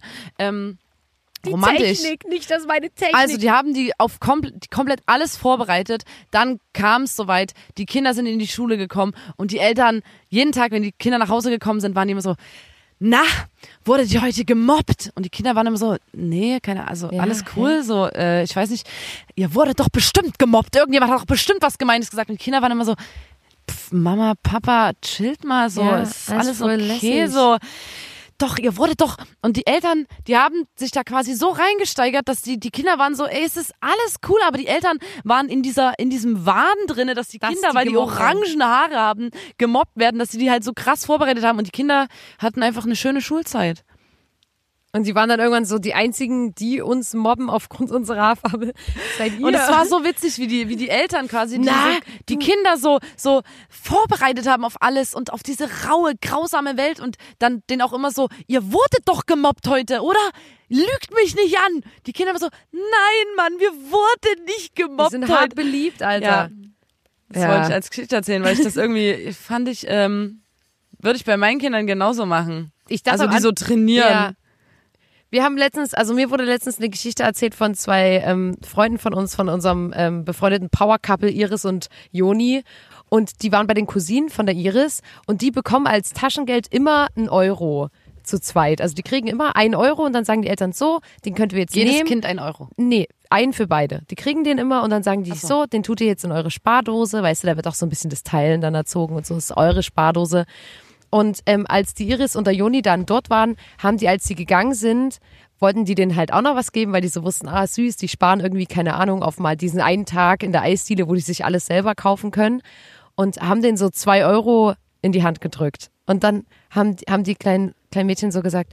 Romantisch. Technik, nicht das meine Technik. Also die haben die auf komplett alles vorbereitet. Dann kam es soweit, die Kinder sind in die Schule gekommen und die Eltern, jeden Tag, wenn die Kinder nach Hause gekommen sind, waren die immer so, na, wurde die heute gemobbt? Und die Kinder waren immer so, nee, Ja, alles cool, so, ich weiß nicht, ihr wurdet doch bestimmt gemobbt, irgendjemand hat doch bestimmt was Gemeines gesagt. Und die Kinder waren immer so, Mama, Papa, chillt mal, so, Ja, ist alles alles voll okay, lässig. so. Doch, ihr wurdet doch. Und die Eltern, die haben sich da quasi so reingesteigert, dass die Kinder waren so, ey, es ist alles cool, aber die Eltern waren in diesem Wahn drinne, dass die Kinder, weil die gemobbt werden. orangen Haare haben, gemobbt werden, dass sie die halt so krass vorbereitet haben und die Kinder hatten einfach eine schöne Schulzeit. Und sie waren dann irgendwann so die einzigen, die uns mobben aufgrund unserer Haarfarbe. Seid ihr? Und es war so witzig, wie die Eltern quasi Na, die Kinder so vorbereitet haben auf alles und auf diese raue, grausame Welt und dann denen auch immer so, ihr wurdet doch gemobbt heute, oder? Lügt mich nicht an. Die Kinder immer so, nein, Mann, wir wurden nicht Wir gemobbt sind hart heute. beliebt, Alter. Ja. Das Ja. wollte ich als Geschichte erzählen, weil ich das irgendwie, würde ich bei meinen Kindern genauso machen. Ich dachte Also die so trainieren. Ja. Wir haben mir wurde letztens eine Geschichte erzählt von zwei Freunden von uns, von unserem befreundeten Power-Couple Iris und Joni. Und die waren bei den Cousinen von der Iris und die bekommen als Taschengeld immer 1 Euro zu zweit. Also die kriegen immer 1 Euro und dann sagen die Eltern so, den könnt ihr jetzt Jedes nehmen. Kind 1 Euro. Nee, einen für beide. Die kriegen den immer und dann sagen die so, den tut ihr jetzt in eure Spardose. Weißt du, da wird auch so ein bisschen das Teilen dann erzogen und so, das ist eure Spardose. Und als die Iris und der Joni dann dort waren, haben die, als sie gegangen sind, wollten die denen halt auch noch was geben, weil die so wussten, süß, die sparen irgendwie, keine Ahnung, auf mal diesen einen Tag in der Eisdiele, wo die sich alles selber kaufen können. Und haben denen so 2 Euro in die Hand gedrückt. Und dann haben die kleinen Mädchen so gesagt,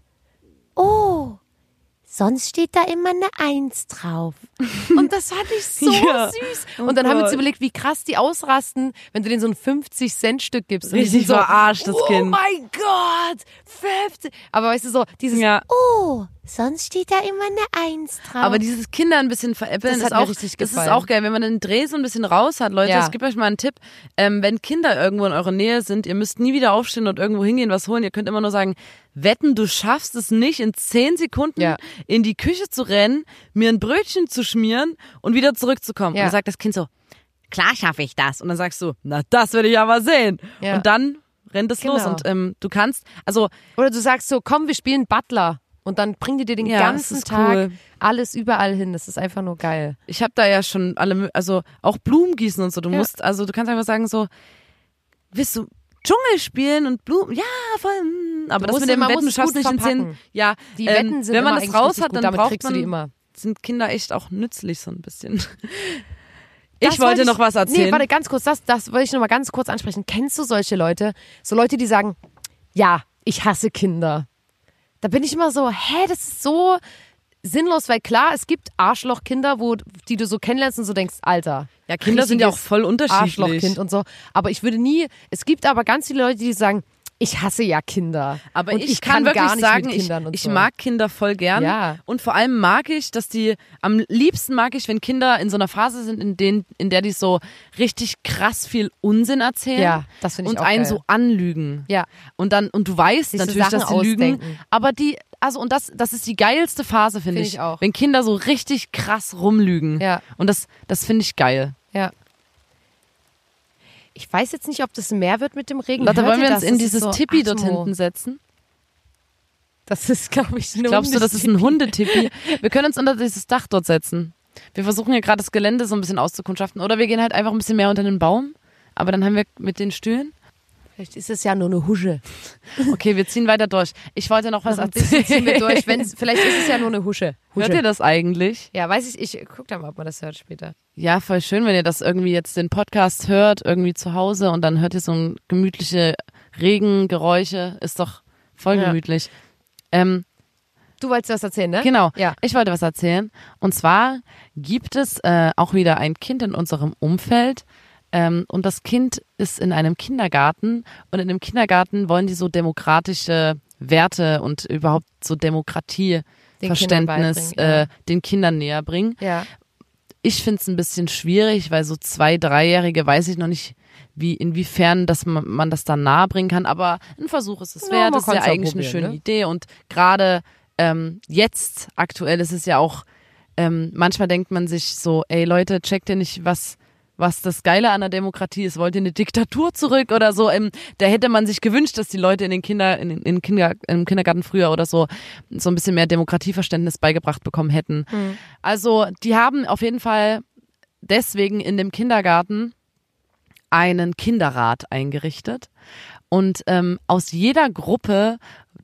oh, sonst steht da immer eine 1 drauf. Und das fand ich so Ja. süß. Oh Und dann haben wir uns Gott. überlegt, wie krass die ausrasten, wenn du denen so ein 50-Cent-Stück gibst. Und die Richtig sind so, verarscht, das oh Kind. mein Gott, 50. Aber weißt du so, dieses, Ja. Oh, sonst steht da immer eine 1 drauf. Aber dieses Kinder ein bisschen veräppeln, Das hat ist mir auch, richtig das ist gefallen. auch geil, wenn man den Dreh so ein bisschen raus hat. Leute, Ja. ich gebe euch mal einen Tipp. Wenn Kinder irgendwo in eurer Nähe sind, ihr müsst nie wieder aufstehen und irgendwo hingehen, was holen. Ihr könnt immer nur sagen, wetten, du schaffst es nicht, in 10 Sekunden Ja. in die Küche zu rennen, mir ein Brötchen zu schmieren und wieder zurückzukommen. Ja. Und dann sagt das Kind so, klar schaffe ich das. Und dann sagst du, na, das will ich aber sehen. Ja. Und dann rennt es Genau. los. Und du kannst, also Oder du sagst so, komm, wir spielen Butler. Und dann bringen die dir den Ja, ganzen das ist Tag cool. alles überall hin. Das ist einfach nur geil. Ich habe da ja schon also auch Blumen gießen und so. Du kannst einfach sagen so, willst du Dschungel spielen und Blumen? Ja, voll. Aber das mit dem Wetten, du schaffst nicht in 10. Ja, Die Wetten sind wenn man immer das eigentlich raus richtig hat, gut, dann damit braucht kriegst du die immer. sind Kinder echt auch nützlich so ein bisschen. Das Ich wollte noch was erzählen. Nee, warte, ganz kurz, das wollte ich noch mal ganz kurz ansprechen. Kennst du solche Leute? So Leute, die sagen, ja, ich hasse Kinder. Da bin ich immer so, das ist so sinnlos, weil klar, es gibt Arschlochkinder, die du so kennenlernst und so denkst, Alter. Ja, Kinder sind ja auch richtiges voll unterschiedlich. Arschlochkind und so. Aber ich würde nie, es gibt aber ganz viele Leute, die sagen, ich hasse ja Kinder. Aber und ich kann wirklich gar nicht sagen, mit Kindern und ich so. mag Kinder voll gern. Ja. Und vor allem mag ich, am liebsten mag ich, wenn Kinder in so einer Phase sind, in der die so richtig krass viel Unsinn erzählen. Ja, das finde ich und auch einen geil. so anlügen. Ja. Und du weißt Sich so natürlich, dass Sachen sie lügen. ausdenken. Aber das ist die geilste Phase, finde Find ich auch. Wenn Kinder so richtig krass rumlügen. Ja. Und das finde ich geil. Ja. Ich weiß jetzt nicht, ob das mehr wird mit dem Regen. Lotte, Hört wollen ihr wir uns das? in Das ist dieses so Tippi dort Atmo. hinten setzen? Das ist, glaube ich, ein Glaubst du, das ist ein Hundetippi? Wir können uns unter dieses Dach dort setzen. Wir versuchen ja gerade das Gelände so ein bisschen auszukundschaften. Oder wir gehen halt einfach ein bisschen mehr unter den Baum. Aber dann haben wir mit den Stühlen. Vielleicht ist es ja nur eine Husche. Okay, wir ziehen weiter durch. Ich wollte noch was Noch ein bisschen erzählen. ziehen wir durch. Vielleicht ist es ja nur eine Husche. Hört ihr das eigentlich? Ja, weiß ich. Ich guck da mal, ob man das hört später. Ja, voll schön, wenn ihr das irgendwie jetzt den Podcast hört, irgendwie zu Hause und dann hört ihr so ein gemütliche Regengeräusche. Ist doch voll Ja. gemütlich. Du wolltest was erzählen, ne? Genau. Ja. Ich wollte was erzählen. Und zwar gibt es auch wieder ein Kind in unserem Umfeld. Und das Kind ist in einem Kindergarten. Und in dem Kindergarten wollen die so demokratische Werte und überhaupt so Demokratieverständnis den Kindern näher bringen. Ja. Ich finde es ein bisschen schwierig, weil so 2-, 3-Jährige weiß ich noch nicht, inwiefern dass man das dann nahe bringen kann. Aber ein Versuch ist es Ja, wert. man Das ist ja kann's ja eigentlich eine probieren, schöne ne? Idee. Und gerade jetzt aktuell ist es ja auch, manchmal denkt man sich so, ey Leute, checkt ihr nicht, was das Geile an der Demokratie ist? Wollt ihr eine Diktatur zurück oder so? Da hätte man sich gewünscht, dass die Leute im Kindergarten früher oder so ein bisschen mehr Demokratieverständnis beigebracht bekommen hätten. Mhm. Also die haben auf jeden Fall deswegen in dem Kindergarten einen Kinderrat eingerichtet und aus jeder Gruppe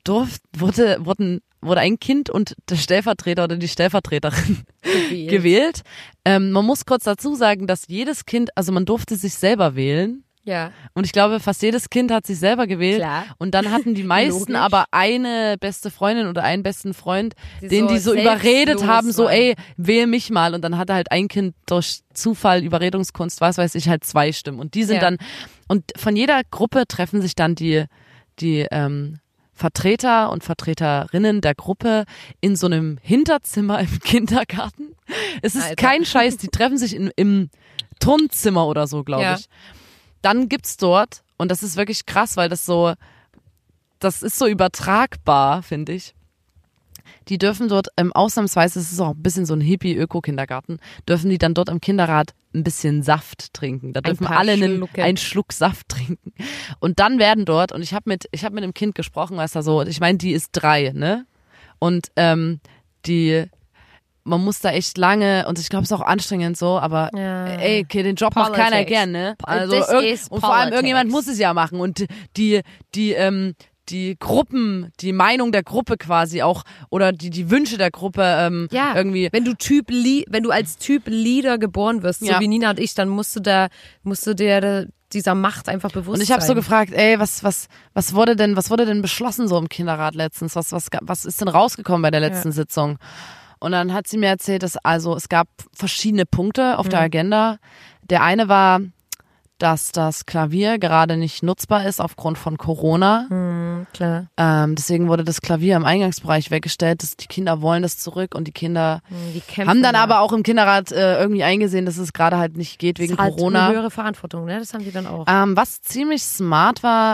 wurde ein Kind und der Stellvertreter oder die Stellvertreterin gewählt. Man muss kurz dazu sagen, dass jedes Kind, also man durfte sich selber wählen. Ja. Und ich glaube, fast jedes Kind hat sich selber gewählt. Klar. Und dann hatten die meisten Logisch. aber eine beste Freundin oder einen besten Freund, Die den die so selbstlos überredet haben, so waren. ey, wähl mich mal. Und dann hatte halt ein Kind durch Zufall, Überredungskunst, was weiß ich, halt 2 Stimmen. Und die sind Ja. dann, und von jeder Gruppe treffen sich dann die Vertreter und Vertreterinnen der Gruppe in so einem Hinterzimmer im Kindergarten. Es ist Alter. kein Scheiß, die treffen sich im Turnzimmer oder so, glaube Ja. ich. Dann gibt's dort, und das ist wirklich krass, weil das ist so übertragbar, finde ich. Die dürfen dort ausnahmsweise, es ist auch ein bisschen so ein Hippie-Öko-Kindergarten, dürfen die dann dort im Kinderrat ein bisschen Saft trinken. Da dürfen paar alle Schlucke. einen Schluck Saft trinken. Und dann werden dort, und ich habe mit einem Kind gesprochen, was da so, ich meine, die ist 3, ne? Und man muss da echt lange, und ich glaube, es ist auch anstrengend so, aber Ja. ey, okay, den Job macht keiner Politics. gern, ne? Also This is und vor allem politics. irgendjemand muss es ja machen. Und die Gruppen, die Meinung der Gruppe quasi auch, oder die Wünsche der Gruppe Ja, irgendwie. wenn du als Typ Leader geboren wirst, so Ja. wie Nina und ich, dann musst du dir dieser Macht einfach bewusst Und ich habe sein. so gefragt, ey, was wurde denn beschlossen so im Kinderrat letztens? Was ist denn rausgekommen bei der letzten Sitzung? Und dann hat sie mir erzählt, dass es gab verschiedene Punkte auf der Agenda. Der eine war, dass das Klavier gerade nicht nutzbar ist aufgrund von Corona. Klar. Deswegen wurde das Klavier im Eingangsbereich weggestellt. Die Kinder wollen das zurück und die Kinder Die kämpfen haben dann da. aber auch im Kinderrat irgendwie eingesehen, dass es gerade halt nicht geht wegen Das ist halt Corona. eine höhere Verantwortung, ne? Das haben die dann auch. Was ziemlich smart war,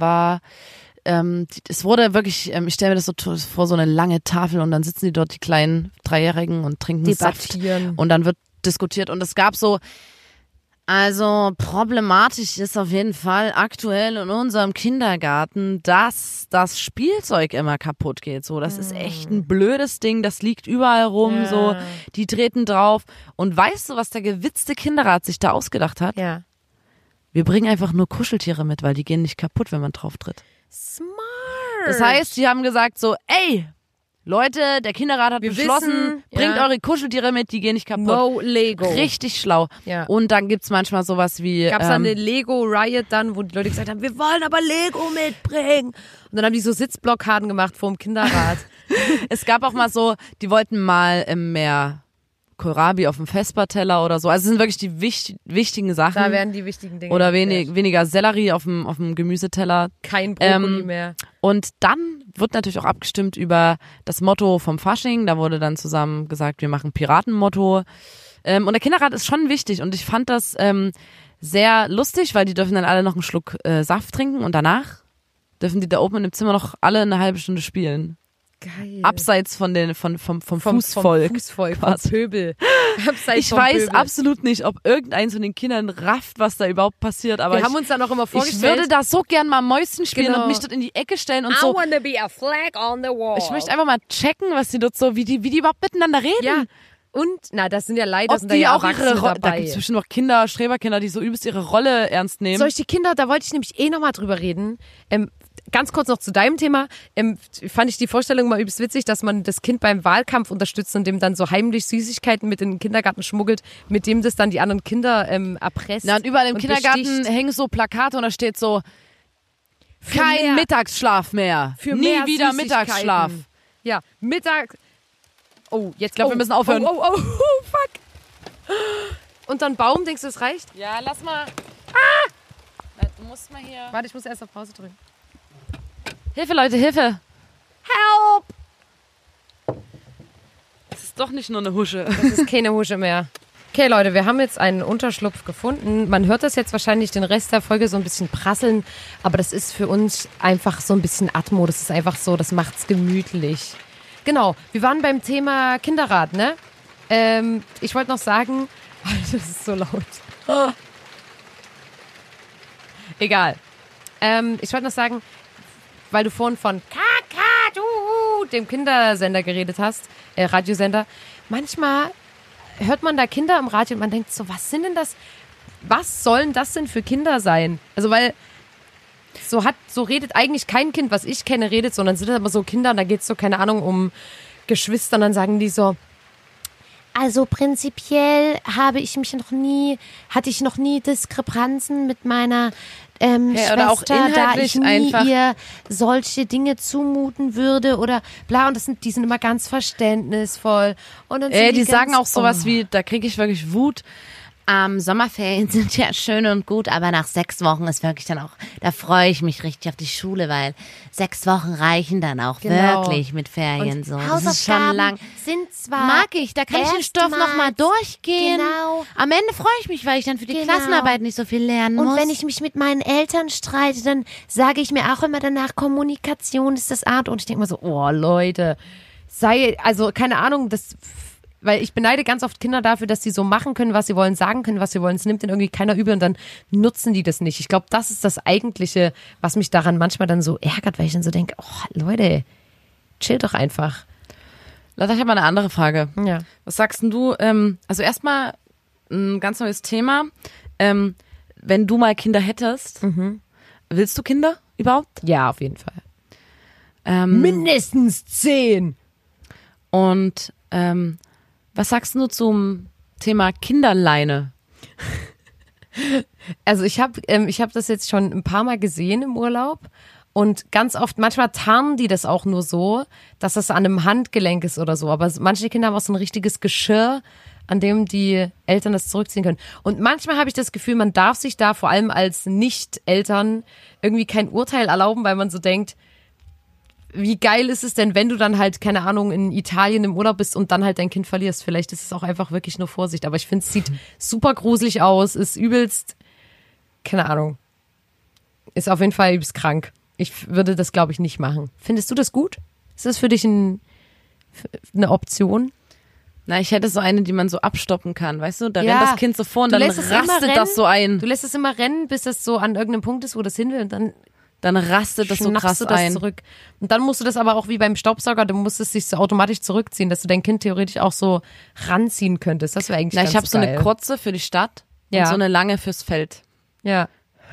es wurde wirklich, ich stelle mir das so vor, so eine lange Tafel und dann sitzen die dort, die kleinen 3-Jährigen und trinken Saft Debattieren. und dann wird diskutiert und es gab so Also problematisch ist auf jeden Fall aktuell in unserem Kindergarten, dass das Spielzeug immer kaputt geht. So, das ist echt ein blödes Ding, das liegt überall rum, so, die treten drauf. Und weißt du, was der gewitzte Kinderrat sich da ausgedacht hat? Ja. Wir bringen einfach nur Kuscheltiere mit, weil die gehen nicht kaputt, wenn man drauf tritt. Smart. Das heißt, die haben gesagt so, ey, Leute, der Kinderrat hat beschlossen, bringt eure Kuscheltiere mit, die gehen nicht kaputt. No Lego. Richtig schlau. Ja. Und dann gibt's manchmal sowas wie... Gab's dann eine Lego-Riot dann, wo die Leute gesagt haben, wir wollen aber Lego mitbringen. Und dann haben die so Sitzblockaden gemacht vor dem Kinderrat. Es gab auch mal so, die wollten mal mehr Kohlrabi auf dem Vesperteller oder so. Also es sind wirklich die wichtigen Sachen. Da werden die wichtigen Dinge. Oder weniger Sellerie auf dem Gemüseteller. Kein Brokkoli mehr. Und dann wird natürlich auch abgestimmt über das Motto vom Fasching. Da wurde dann zusammen gesagt, wir machen Piratenmotto. Und der Kinderrat ist schon wichtig. Und ich fand das sehr lustig, weil die dürfen dann alle noch einen Schluck Saft trinken. Und danach dürfen die da oben im Zimmer noch alle eine halbe Stunde spielen. Geil. Abseits vom Fußvolk. Vom Fußvolk, vom Pöbel. Abseits Ich vom weiß Pöbel. absolut nicht, ob irgendeins von den Kindern rafft, was da überhaupt passiert. Aber Wir haben uns dann auch immer vorgestellt. ich würde da so gern mal Mäuschen spielen Genau. und mich dort in die Ecke stellen und I so. wanna be a flag on the wall. Ich möchte einfach mal checken, was die dort so, wie die überhaupt miteinander reden. Ja. Und, das sind ja leider, Ob sind da die ja auch Erwachsene ihre Rolle, da dabei. gibt es bestimmt noch Kinder, Streberkinder, die so übelst ihre Rolle ernst nehmen. Solche Kinder, da wollte ich nämlich nochmal drüber reden. Ganz kurz noch zu deinem Thema. Fand ich die Vorstellung mal übelst witzig, dass man das Kind beim Wahlkampf unterstützt und dem dann so heimlich Süßigkeiten mit in den Kindergarten schmuggelt, mit dem das dann die anderen Kinder erpresst. Na, und überall im und Kindergarten besticht. hängen so Plakate und da steht so, kein mehr- Mittagsschlaf mehr. Für Nie mehr wieder Süßigkeiten. Mittagsschlaf. Ja, Mittag. Oh, jetzt glaub, wir müssen aufhören. Oh, fuck. Und dann Baum, denkst du, das reicht? Ja, lass mal. Du musst mal hier. Warte, ich muss erst auf Pause drücken. Hilfe, Leute, Hilfe. Help! Das ist doch nicht nur eine Husche. Das ist keine Husche mehr. Okay, Leute, wir haben jetzt einen Unterschlupf gefunden. Man hört das jetzt wahrscheinlich den Rest der Folge so ein bisschen prasseln, aber das ist für uns einfach so ein bisschen Atmo. Das ist einfach so, das macht's gemütlich. Genau, wir waren beim Thema Kinderrat, ne? Ich wollte noch sagen, das ist so laut. Egal. Ich wollte noch sagen, weil du vorhin von Kakadu, dem Kindersender geredet hast, Radiosender, manchmal hört man da Kinder im Radio und man denkt so, was sollen das denn für Kinder sein? Also weil so redet eigentlich kein Kind, was ich kenne, redet, sondern sind das aber so Kinder und da geht es so, keine Ahnung, um Geschwister und dann sagen die so, Also prinzipiell hatte ich noch nie Diskrepanzen mit meiner Schwester, oder auch da inhaltlich ich nie einfach. ihr solche Dinge zumuten würde oder bla. Und die sind immer ganz verständnisvoll. Und dann sind Die ganz, sagen auch sowas wie, da kriege ich wirklich Wut. Sommerferien sind ja schön und gut, aber nach 6 Wochen ist wirklich dann auch, da freue ich mich richtig auf die Schule, weil 6 Wochen reichen dann auch Genau. wirklich mit Ferien so. Das ist Hausaufgaben schon lang. sind zwar Mag ich, da kann ich den Stoff nochmal erstmals- durchgehen. Genau. Am Ende freue ich mich, weil ich dann für die Genau. Klassenarbeit nicht so viel lernen Und muss. wenn ich mich mit meinen Eltern streite, dann sage ich mir auch immer danach, Kommunikation ist das A und ich denke mir so, oh Leute, also keine Ahnung, weil ich beneide ganz oft Kinder dafür, dass sie so machen können, was sie wollen, sagen können, was sie wollen. Es nimmt ihnen irgendwie keiner übel und dann nutzen die das nicht. Ich glaube, das ist das Eigentliche, was mich daran manchmal dann so ärgert, weil ich dann so denke, oh Leute, chill doch einfach. Lotta, ich habe mal eine andere Frage. Ja. Was sagst denn du? Also erstmal ein ganz neues Thema. Wenn du mal Kinder hättest, willst du Kinder überhaupt? Ja, auf jeden Fall. Mindestens 10. Und was sagst du zum Thema Kinderleine? Also ich hab das jetzt schon ein paar Mal gesehen im Urlaub und ganz oft, manchmal tarnen die das auch nur so, dass das an einem Handgelenk ist oder so, aber manche Kinder haben auch so ein richtiges Geschirr, an dem die Eltern das zurückziehen können. Und manchmal habe ich das Gefühl, man darf sich da vor allem als Nicht-Eltern irgendwie kein Urteil erlauben, weil man so denkt, wie geil ist es denn, wenn du dann halt, keine Ahnung, in Italien im Urlaub bist und dann halt dein Kind verlierst? Vielleicht ist es auch einfach wirklich nur Vorsicht. Aber ich finde, es sieht super gruselig aus, ist übelst, keine Ahnung, ist auf jeden Fall übelst krank. Ich würde das, glaube ich, nicht machen. Findest du das gut? Ist das für dich eine Option? Na, ich hätte so eine, die man so abstoppen kann, weißt du? Da Ja. rennt das Kind so vor und Du dann lässt es immer rastet rennen. das so ein. Du lässt es immer rennen, bis es so an irgendeinem Punkt ist, wo das hin will und dann Dann rastet das so schnappst krass du das ein. zurück. Und dann musst du das aber auch wie beim Staubsauger, du musst es sich so automatisch zurückziehen, dass du dein Kind theoretisch auch so ranziehen könntest. Das wäre eigentlich Na, ganz ich habe so geil. eine kurze für die Stadt Ja. und so eine lange fürs Feld. Ja.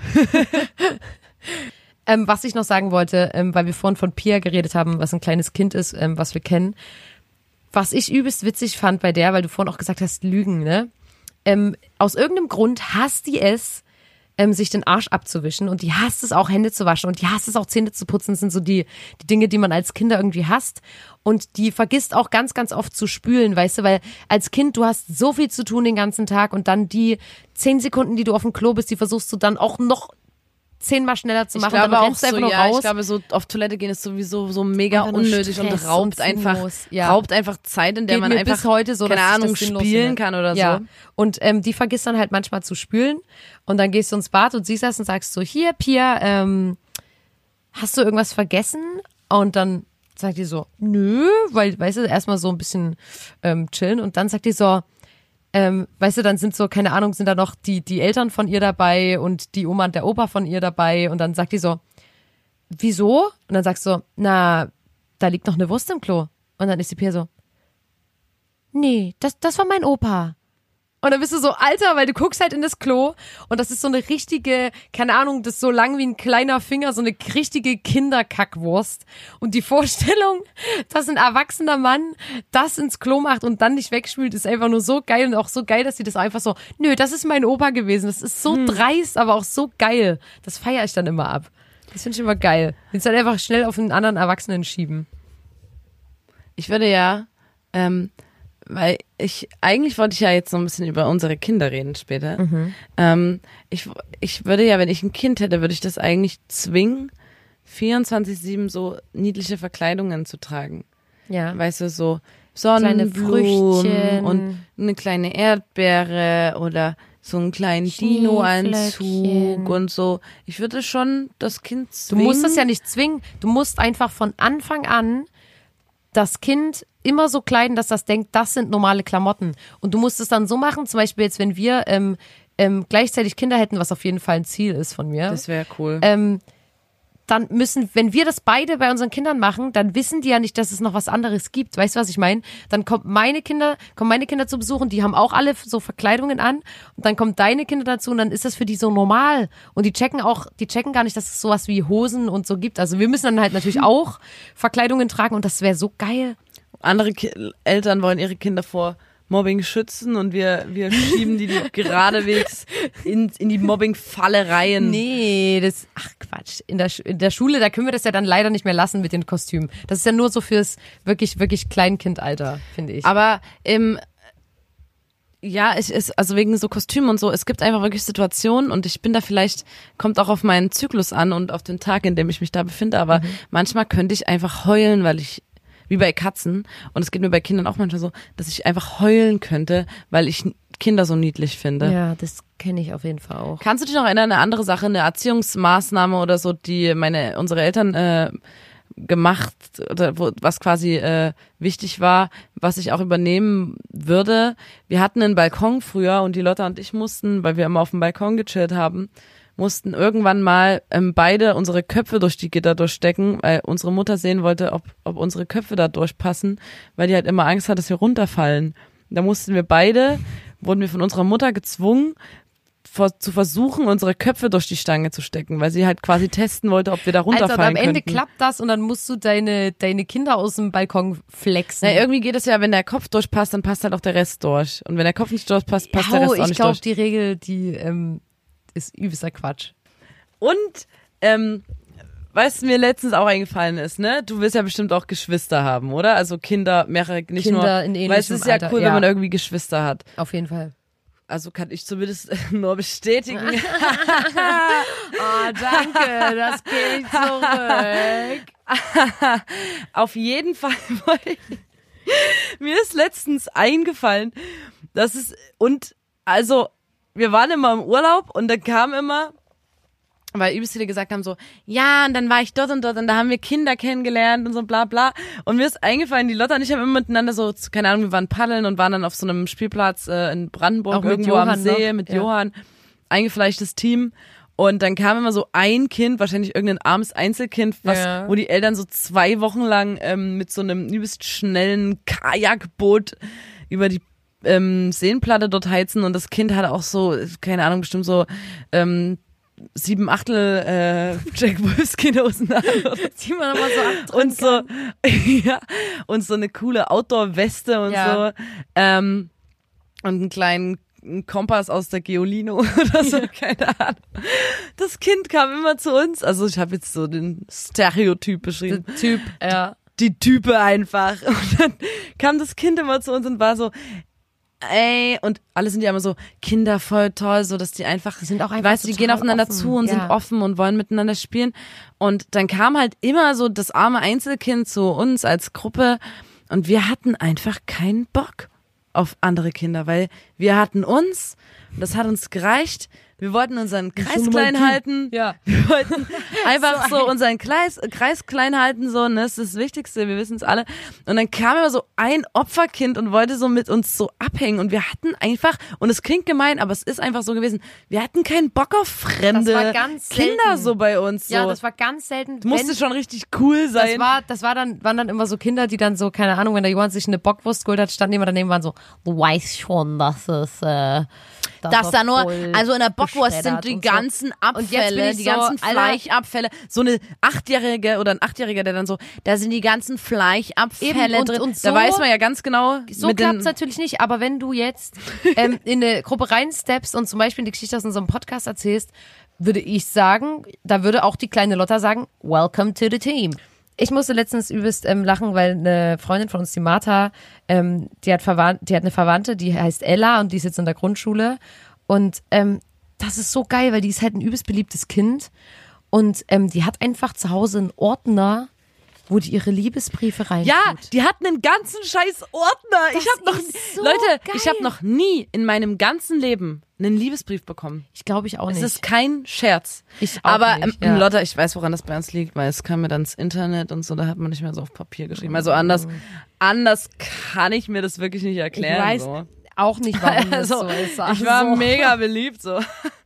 Was ich noch sagen wollte, weil wir vorhin von Pia geredet haben, was ein kleines Kind ist, was wir kennen. Was ich übelst witzig fand bei der, weil du vorhin auch gesagt hast, Lügen, ne? Aus irgendeinem Grund hasst die es, sich den Arsch abzuwischen und die hasst es auch, Hände zu waschen und die hasst es auch, Zähne zu putzen. Das sind so die Dinge, die man als Kinder irgendwie hasst. Und die vergisst auch ganz, ganz oft zu spülen, weißt du, weil als Kind, du hast so viel zu tun den ganzen Tag und dann die 10 Sekunden, die du auf dem Klo bist, die versuchst du dann auch noch 10-mal schneller zu machen. Ich glaube dann auch rennst du so, einfach nur ja, raus. ich glaube so auf Toilette gehen ist sowieso so mega Einfach nur unnötig und Stress raubt und einfach, sinnlos, ja. raubt einfach Zeit, in der Geht man mir einfach, bis heute so, keine dass ich Ahnung, das sinnlos spielen finde. kann oder Ja. so. Und die vergisst dann halt manchmal zu spülen und dann gehst du ins Bad und siehst das und sagst so, hier Pia, hast du irgendwas vergessen? Und dann sagt die so, nö, weil, weißt du, erstmal so ein bisschen chillen und dann sagt die so, weißt du, dann sind so, keine Ahnung, sind da noch die Eltern von ihr dabei und die Oma und der Opa von ihr dabei und dann sagt die so, wieso? Und dann sagst du, na, da liegt noch eine Wurst im Klo. Und dann ist die Pia so, nee, das war mein Opa. Und dann bist du so, Alter, weil du guckst halt in das Klo und das ist so eine richtige, keine Ahnung, das ist so lang wie ein kleiner Finger, so eine richtige Kinderkackwurst. Und die Vorstellung, dass ein erwachsener Mann das ins Klo macht und dann nicht wegspült, ist einfach nur so geil und auch so geil, dass sie das einfach so, nö, das ist mein Opa gewesen. Das ist so dreist, aber auch so geil. Das feiere ich dann immer ab. Das finde ich immer geil. Willst halt einfach schnell auf einen anderen Erwachsenen schieben. Ich würde ja, weil eigentlich wollte ich ja jetzt so ein bisschen über unsere Kinder reden später. Ich würde ja, wenn ich ein Kind hätte, würde ich das eigentlich zwingen, 24/7 so niedliche Verkleidungen zu tragen. Ja. Weißt du, so Kleine Sonnenblumen Früchtchen. und eine kleine Erdbeere oder so einen kleinen Dino-Anzug Schneeflöckchen. und so. Ich würde schon das Kind Du zwingen. musst das ja nicht zwingen. Du musst einfach von Anfang an das Kind immer so kleiden, dass das denkt, das sind normale Klamotten. Und du musst es dann so machen, zum Beispiel jetzt, wenn wir gleichzeitig Kinder hätten, was auf jeden Fall ein Ziel ist von mir, Das wäre cool. dann müssen, wenn wir das beide bei unseren Kindern machen, dann wissen die ja nicht, dass es noch was anderes gibt. Weißt du, was ich meine? Dann kommen meine Kinder zu Besuch und die haben auch alle so Verkleidungen an und dann kommen deine Kinder dazu und dann ist das für die so normal und die checken gar nicht, dass es sowas wie Hosen und so gibt. Also wir müssen dann halt natürlich auch Verkleidungen tragen und das wäre so geil. Andere Eltern wollen ihre Kinder vor Mobbing schützen und wir schieben die geradewegs in die Mobbing-Falle rein. Nee, ach Quatsch. In der Schule, da können wir das ja dann leider nicht mehr lassen mit den Kostümen. Das ist ja nur so fürs wirklich, wirklich Kleinkindalter, finde ich. Aber ja, es ist, also wegen so Kostümen und so, es gibt einfach wirklich Situationen und ich bin da vielleicht, kommt auch auf meinen Zyklus an und auf den Tag, in dem ich mich da befinde, aber manchmal könnte ich einfach heulen, weil ich, wie bei Katzen, und es geht mir bei Kindern auch manchmal so, dass ich einfach heulen könnte, weil ich Kinder so niedlich finde. Ja, das kenne ich auf jeden Fall auch. Kannst du dich noch erinnern, eine andere Sache, eine Erziehungsmaßnahme oder so, die unsere Eltern gemacht oder was quasi wichtig war, was ich auch übernehmen würde? Wir hatten einen Balkon früher und die Lotta und ich mussten, weil wir immer auf dem Balkon gechillt haben, mussten irgendwann mal beide unsere Köpfe durch die Gitter durchstecken, weil unsere Mutter sehen wollte, ob unsere Köpfe da durchpassen, weil die halt immer Angst hat, dass wir runterfallen. Da wurden wir von unserer Mutter gezwungen, zu versuchen, unsere Köpfe durch die Stange zu stecken, weil sie halt quasi testen wollte, ob wir da runterfallen Also am Ende könnten. klappt das und dann musst du deine Kinder aus dem Balkon flexen. Na, irgendwie geht es ja, wenn der Kopf durchpasst, dann passt halt auch der Rest durch. Und wenn der Kopf nicht durchpasst, passt der Rest auch ich nicht glaube, durch. die Regel, die ist übelster Quatsch. Und, weißt du, mir letztens auch eingefallen ist, ne? Du willst ja bestimmt auch Geschwister haben, oder? Also Kinder, mehrere, nicht Kinder nur. in ähnlichem weil es ist ja Alter, cool, ja. wenn man irgendwie Geschwister hat. Auf jeden Fall. Also kann ich zumindest nur bestätigen. Oh, danke, das geht zurück. Auf jeden Fall, mir ist letztens eingefallen, wir waren immer im Urlaub und da kam immer, weil übelst viele gesagt haben so, ja, und dann war ich dort und da haben wir Kinder kennengelernt und so bla bla. Und mir ist eingefallen, die Lotta und ich haben immer miteinander so, keine Ahnung, wir waren paddeln und waren dann auf so einem Spielplatz in Brandenburg, auch irgendwo Johann am See noch. mit Johann, eingefleischtes Team. Und dann kam immer so ein Kind, wahrscheinlich irgendein armes Einzelkind, wo die Eltern so 2 Wochen lang mit so einem übelst schnellen Kajakboot über die Seenplatte dort heizen. Und das Kind hatte auch so, keine Ahnung, bestimmt so 7/8 Jack Wolfskin Hosen an. Die man immer so abdrücken Und so, ja, und so eine coole Outdoor-Weste und so. Und einen kleinen Kompass aus der Geolino oder so, keine Ahnung. Das Kind kam immer zu uns, also ich habe jetzt so den Stereotyp beschrieben. Der Typ, ja. Die Type einfach. Und dann kam das Kind immer zu uns und war so, ey, und alle sind ja immer so, Kinder voll toll, so dass die einfach, sind auch einfach weißt du, die gehen aufeinander offen. zu und sind offen und wollen miteinander spielen. Und dann kam halt immer so das arme Einzelkind zu uns als Gruppe und wir hatten einfach keinen Bock auf andere Kinder, weil wir hatten uns, und das hat uns gereicht, wir wollten unseren Kreis klein halten, wir wollten einfach so unseren Kreis klein halten, so, ne, das ist das Wichtigste, wir wissen es alle. Und dann kam immer so ein Opferkind und wollte so mit uns so abhängen und wir hatten einfach, und es klingt gemein, aber es ist einfach so gewesen, wir hatten keinen Bock auf fremde Kinder so bei uns. So. Ja, das war ganz selten. Musste schon richtig cool sein. Waren dann immer so Kinder, die dann so, keine Ahnung, wenn der Johann sich eine Bockwurst geholt hat, standen die immer daneben, waren so, du weißt schon, dass es, dass da nur, also in der Bockwurst sind die ganzen Abfälle, die ganzen Fleischabfälle. So eine 8-Jährige oder ein 8-Jähriger, der dann so, da sind die ganzen Fleischabfälle drin. Und so, da weiß man ja ganz genau. So klappt es natürlich nicht, aber wenn du jetzt in eine Gruppe reinsteppst und zum Beispiel die Geschichte aus unserem Podcast erzählst, würde ich sagen, da würde auch die kleine Lotta sagen, welcome to the team. Ich musste letztens übelst lachen, weil eine Freundin von uns, die Martha, die hat eine Verwandte, die heißt Ella und die ist jetzt in der Grundschule. Und das ist so geil, weil die ist halt ein übelst beliebtes Kind. Und die hat einfach zu Hause einen Ordner, wo die ihre Liebesbriefe reintut. Ja, die hat einen ganzen scheiß Ordner. Ich habe noch nie in meinem ganzen Leben einen Liebesbrief bekommen. Ich glaube ich auch nicht. Es ist kein Scherz. Ich auch aber nicht, Lotta, ich weiß, woran das bei uns liegt, weil es kam mir dann ins Internet und so, da hat man nicht mehr so auf Papier geschrieben. Also anders kann ich mir das wirklich nicht erklären. Ich weiß so. auch nicht, warum das so ist. Ich war mega beliebt so.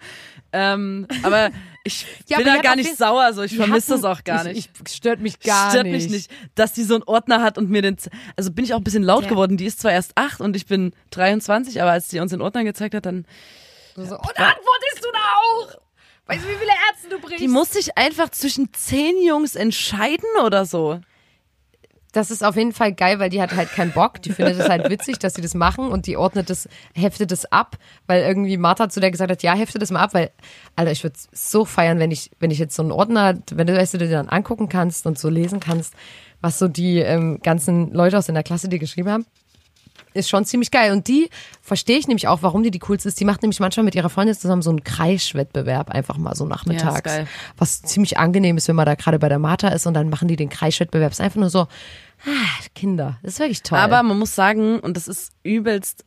Aber ich bin da gar nicht sauer, so ich vermisse das auch gar nicht. Stört mich gar nicht. Mich nicht, dass die so einen Ordner hat und mir also bin ich auch ein bisschen laut geworden. Die ist zwar erst 8 und ich bin 23, aber als die uns den Ordner gezeigt hat, dann und da antwortest du da auch. Weißt du, wie viele Ärzte du bringst? Die muss sich einfach zwischen 10 Jungs entscheiden oder so. Das ist auf jeden Fall geil, weil die hat halt keinen Bock. Die findet es halt witzig, dass sie das machen und die heftet das ab, weil irgendwie Martha zu der gesagt hat, ja, hefte das mal ab, weil, Alter, ich würde so feiern, wenn ich jetzt so einen Ordner, wenn du dir dann angucken kannst und so lesen kannst, was so die ganzen Leute aus deiner Klasse dir geschrieben haben. Ist schon ziemlich geil. Und die verstehe ich nämlich auch, warum die coolste ist. Die macht nämlich manchmal mit ihrer Freundin zusammen so einen Kreiswettbewerb einfach mal so nachmittags. Ja, was ziemlich angenehm ist, wenn man da gerade bei der Martha ist und dann machen die den Kreiswettbewerb. Ist einfach nur so, Kinder. Das ist wirklich toll. Aber man muss sagen, und das ist übelst,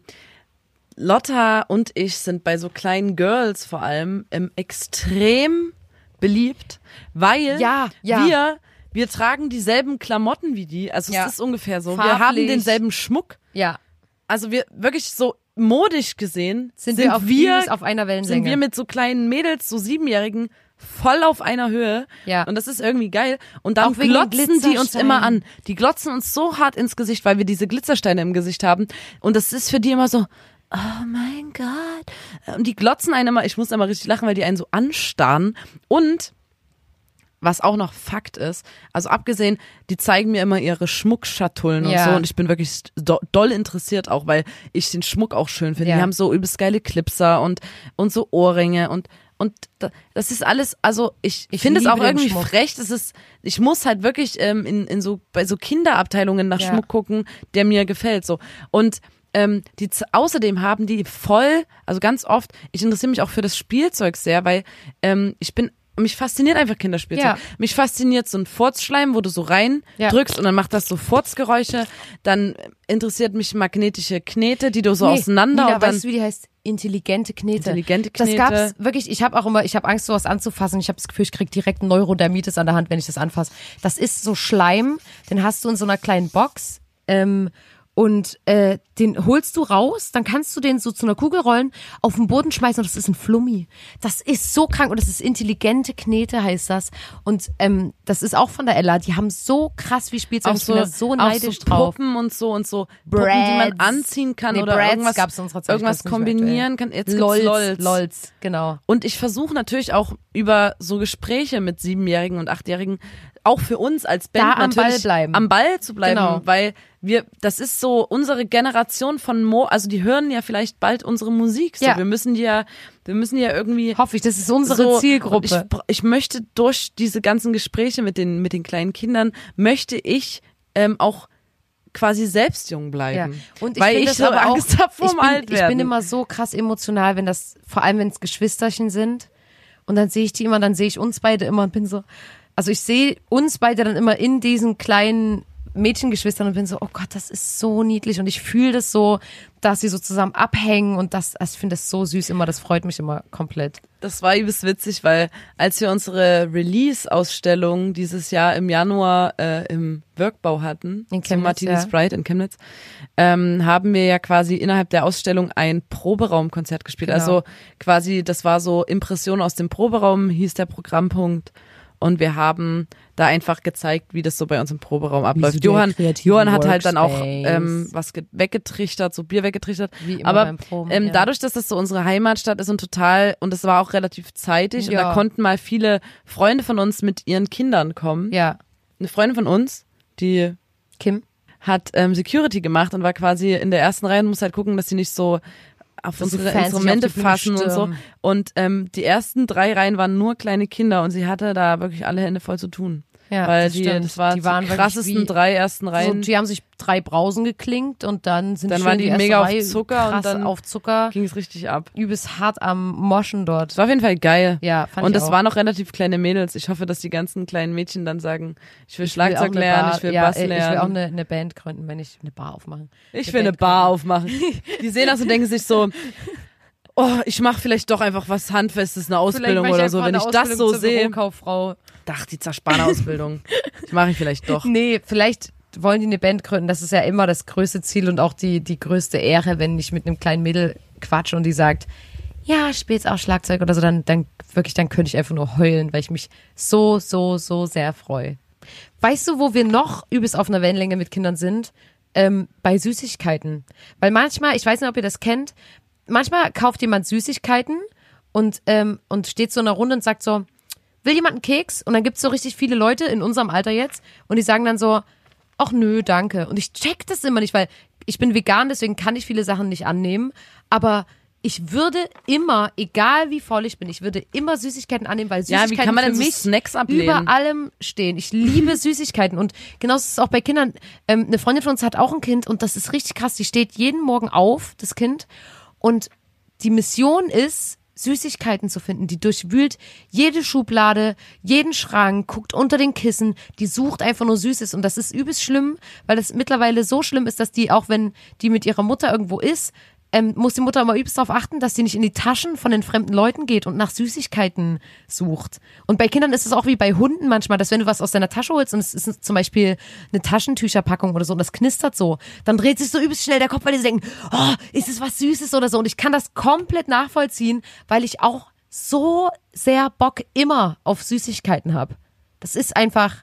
Lotta und ich sind bei so kleinen Girls vor allem extrem beliebt, weil wir tragen dieselben Klamotten wie die. Also es ist ungefähr so. Farblich. Wir haben denselben Schmuck. Ja. Also wir wirklich so modisch gesehen sind wir auf einer Wellenlänge. Sind wir mit so kleinen Mädels, so 7-Jährigen, voll auf einer Höhe. Ja. Und das ist irgendwie geil. Und dann glotzen die uns immer an. Die glotzen uns so hart ins Gesicht, weil wir diese Glitzersteine im Gesicht haben. Und das ist für die immer so, oh mein Gott. Und die glotzen einen immer, ich muss immer richtig lachen, weil die einen so anstarren. Und was auch noch Fakt ist, also abgesehen, die zeigen mir immer ihre Schmuckschatullen und so und ich bin wirklich doll interessiert auch, weil ich den Schmuck auch schön finde. Die haben so übelst geile Clipser und so Ohrringe und das ist alles, also ich finde es auch irgendwie frech, ich muss halt wirklich bei so Kinderabteilungen nach Schmuck gucken, der mir gefällt so. Und außerdem haben die also ganz oft, ich interessiere mich auch für das Spielzeug sehr, weil mich fasziniert einfach Kinderspielzeug. Ja. Mich fasziniert so ein Furzschleim, wo du so rein drückst und dann macht das so Furzgeräusche. Dann interessiert mich magnetische Knete, die du so auseinander. Weißt du, wie die heißt? intelligente Knete. Intelligente Knete. Das gab's wirklich, ich habe Angst, sowas anzufassen. Ich habe das Gefühl, ich krieg direkt Neurodermitis an der Hand, wenn ich das anfasse. Das ist so Schleim, den hast du in so einer kleinen Box, und den holst du raus, dann kannst du den so zu einer Kugel rollen, auf den Boden schmeißen und das ist ein Flummi. Das ist so krank und das ist intelligente Knete, heißt das. Und das ist auch von der Ella, die haben so krass wie Spielzeug, ich bin da so neidisch drauf. Puppen und so Puppen, die man anziehen kann oder Brads irgendwas, gab's in unserer Zeit, irgendwas kombinieren kann. Jetzt LOLs, genau. Und ich versuche natürlich auch über so Gespräche mit 7-Jährigen und 8-Jährigen auch für uns als Band da natürlich am Ball zu bleiben, genau. Weil das ist so unsere Generation von also die hören ja vielleicht bald unsere Musik. So. Ja. Wir müssen die ja irgendwie. Hoffe ich, das ist unsere Zielgruppe. Ich möchte durch diese ganzen Gespräche mit den kleinen Kindern möchte ich auch quasi selbst jung bleiben. Ja. Und weil ich so Angst habe vorm Altwerden. Ich bin immer so krass emotional, vor allem wenn es Geschwisterchen sind. Und dann sehe ich die immer, dann sehe ich uns beide immer und bin so, also ich sehe uns beide dann immer in diesen kleinen Mädchengeschwistern und bin so, oh Gott, das ist so niedlich und ich fühle das so, dass sie so zusammen abhängen und ich finde das so süß immer, das freut mich immer komplett. Das war übelst witzig, weil als wir unsere Release-Ausstellung dieses Jahr im Januar im Workbau hatten, in Chemnitz, zum Martinis Bride in Chemnitz, haben wir ja quasi innerhalb der Ausstellung ein Proberaumkonzert gespielt. Genau. Also quasi, das war so Impression aus dem Proberaum, hieß der Programmpunkt. Und wir haben da einfach gezeigt, wie das so bei uns im Proberaum abläuft. Johann hat halt dann auch was weggetrichtert, so Bier weggetrichtert. Wie immer aber beim Proben, dadurch, dass das so unsere Heimatstadt ist und es war auch relativ zeitig und da konnten mal viele Freunde von uns mit ihren Kindern kommen. Ja. Eine Freundin von uns, die Kim, hat Security gemacht und war quasi in der ersten Reihe und muss halt gucken, dass sie nicht so auf unsere Instrumente fassen und so. Und die ersten 3 Reihen waren nur kleine Kinder und sie hatte da wirklich alle Hände voll zu tun. Ja, weil das waren die krassesten 3 ersten Reihen. So, die haben sich 3 Brausen geklinkt und dann waren die mega auf Zucker und dann auf Zucker ging es richtig ab. Übelst hart am Moschen dort. Das war auf jeden Fall geil. Ja, fand und ich es auch. waren noch relativ kleine Mädels. Ich hoffe, dass die ganzen kleinen Mädchen dann sagen, ich will Schlagzeug lernen, ich will Bass lernen. Ich will auch eine Band gründen, wenn ich eine Bar aufmache. Ich will eine Bar aufmachen. Die sehen das und denken sich so, oh, ich mache vielleicht doch einfach was Handfestes, eine Ausbildung oder so, wenn ich das so sehe. Die Zersparner-Ausbildung. Das mache ich vielleicht doch. Nee, vielleicht wollen die eine Band gründen. Das ist ja immer das größte Ziel und auch die größte Ehre, wenn ich mit einem kleinen Mädel quatsche und die sagt, ja, ich spiele jetzt auch Schlagzeug oder so, dann könnte ich einfach nur heulen, weil ich mich so, so, so sehr freue. Weißt du, wo wir noch übelst auf einer Wellenlänge mit Kindern sind? Bei Süßigkeiten. Weil manchmal, ich weiß nicht, ob ihr das kennt, manchmal kauft jemand Süßigkeiten und steht so in einer Runde und sagt so, will jemand einen Keks? Und dann gibt's so richtig viele Leute in unserem Alter jetzt und die sagen dann so, ach nö, danke. Und ich check das immer nicht, weil ich bin vegan, deswegen kann ich viele Sachen nicht annehmen, aber ich würde immer, egal wie voll ich bin, ich würde immer Süßigkeiten annehmen, weil Süßigkeiten wie kann man denn für so mich Snacks ablehnen? Über allem stehen. Ich liebe Süßigkeiten und genauso ist es auch bei Kindern. Eine Freundin von uns hat auch ein Kind und das ist richtig krass. Die steht jeden Morgen auf, das Kind, und die Mission ist, Süßigkeiten zu finden. Die durchwühlt jede Schublade, jeden Schrank, guckt unter den Kissen, die sucht einfach nur Süßes. Und das ist übelst schlimm, weil das mittlerweile so schlimm ist, dass die, auch wenn die mit ihrer Mutter irgendwo ist, muss die Mutter immer übelst darauf achten, dass sie nicht in die Taschen von den fremden Leuten geht und nach Süßigkeiten sucht. Und bei Kindern ist es auch wie bei Hunden manchmal, dass wenn du was aus deiner Tasche holst und es ist zum Beispiel eine Taschentücherpackung oder so und das knistert so, dann dreht sich so übelst schnell der Kopf, weil die denken, oh, ist es was Süßes oder so. Und ich kann das komplett nachvollziehen, weil ich auch so sehr Bock immer auf Süßigkeiten habe. Das ist einfach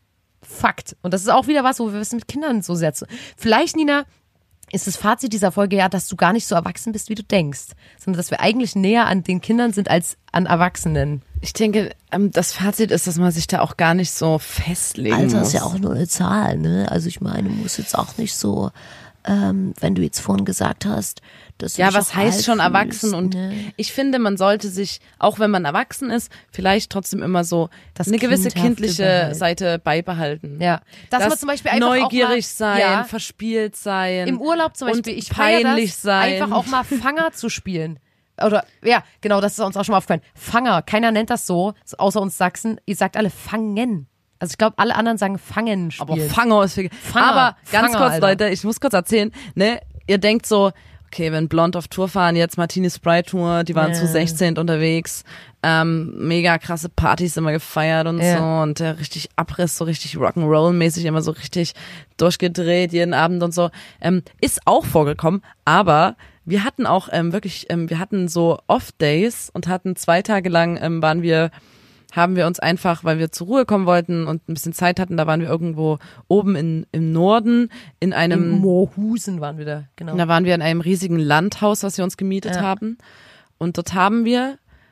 Fakt. Und das ist auch wieder was, wo wir es mit Kindern so sehr vielleicht, Nina, ist das Fazit dieser Folge ja, dass du gar nicht so erwachsen bist, wie du denkst, sondern dass wir eigentlich näher an den Kindern sind als an Erwachsenen. Ich denke, das Fazit ist, dass man sich da auch gar nicht so festlegen muss. Alter ist ja auch nur eine Zahl, ne? Also ich meine, du musst jetzt auch nicht so, wenn du jetzt vorhin gesagt hast, dass du ja, dich was auch heißt alt schon erwachsen? fühlst, Und ne? ich finde, man sollte sich, auch wenn man erwachsen ist, vielleicht trotzdem immer so das eine gewisse Kindhafte kindliche behalten. Seite beibehalten. Ja, dass man zum Beispiel einfach neugierig auch mal, sein, ja, verspielt sein. im Urlaub zum Beispiel, und ich feiere peinlich das, sein. einfach auch mal Fanger zu spielen. Oder, ja, genau, das ist uns auch schon mal aufgefallen. Fanger, keiner nennt das so, außer uns Sachsen. Ihr sagt alle fangen. Also ich glaube, alle anderen sagen fangen spielen. Aber Fanger ist viel. Fanger, Aber ganz Fanger, kurz, Alter. Leute, ich muss kurz erzählen, ne? Ihr denkt so, okay, wenn Blond auf Tour fahren, jetzt Martini Sprite Tour, die waren zu 16 unterwegs, mega krasse Partys immer gefeiert und so und richtig Abriss, so richtig Rock'n'Roll-mäßig, immer so richtig durchgedreht jeden Abend und so, ist auch vorgekommen, aber wir hatten auch wir hatten so Off-Days und hatten 2 Tage lang haben wir uns einfach, weil wir zur Ruhe kommen wollten und ein bisschen Zeit hatten, da waren wir irgendwo oben im Norden in Moorhusen waren wir da, genau. Da waren wir in einem riesigen Landhaus, was wir uns gemietet haben. Und dort haben wir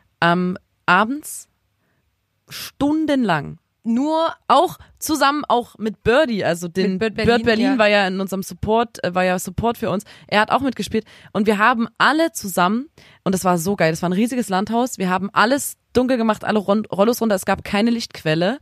abends stundenlang nur auch zusammen auch mit Birdie, also den Bird Berlin war ja in unserem Support für uns. Er hat auch mitgespielt und wir haben alle zusammen, und das war so geil, das war ein riesiges Landhaus, wir haben alles dunkel gemacht, alle Rollos runter, es gab keine Lichtquelle.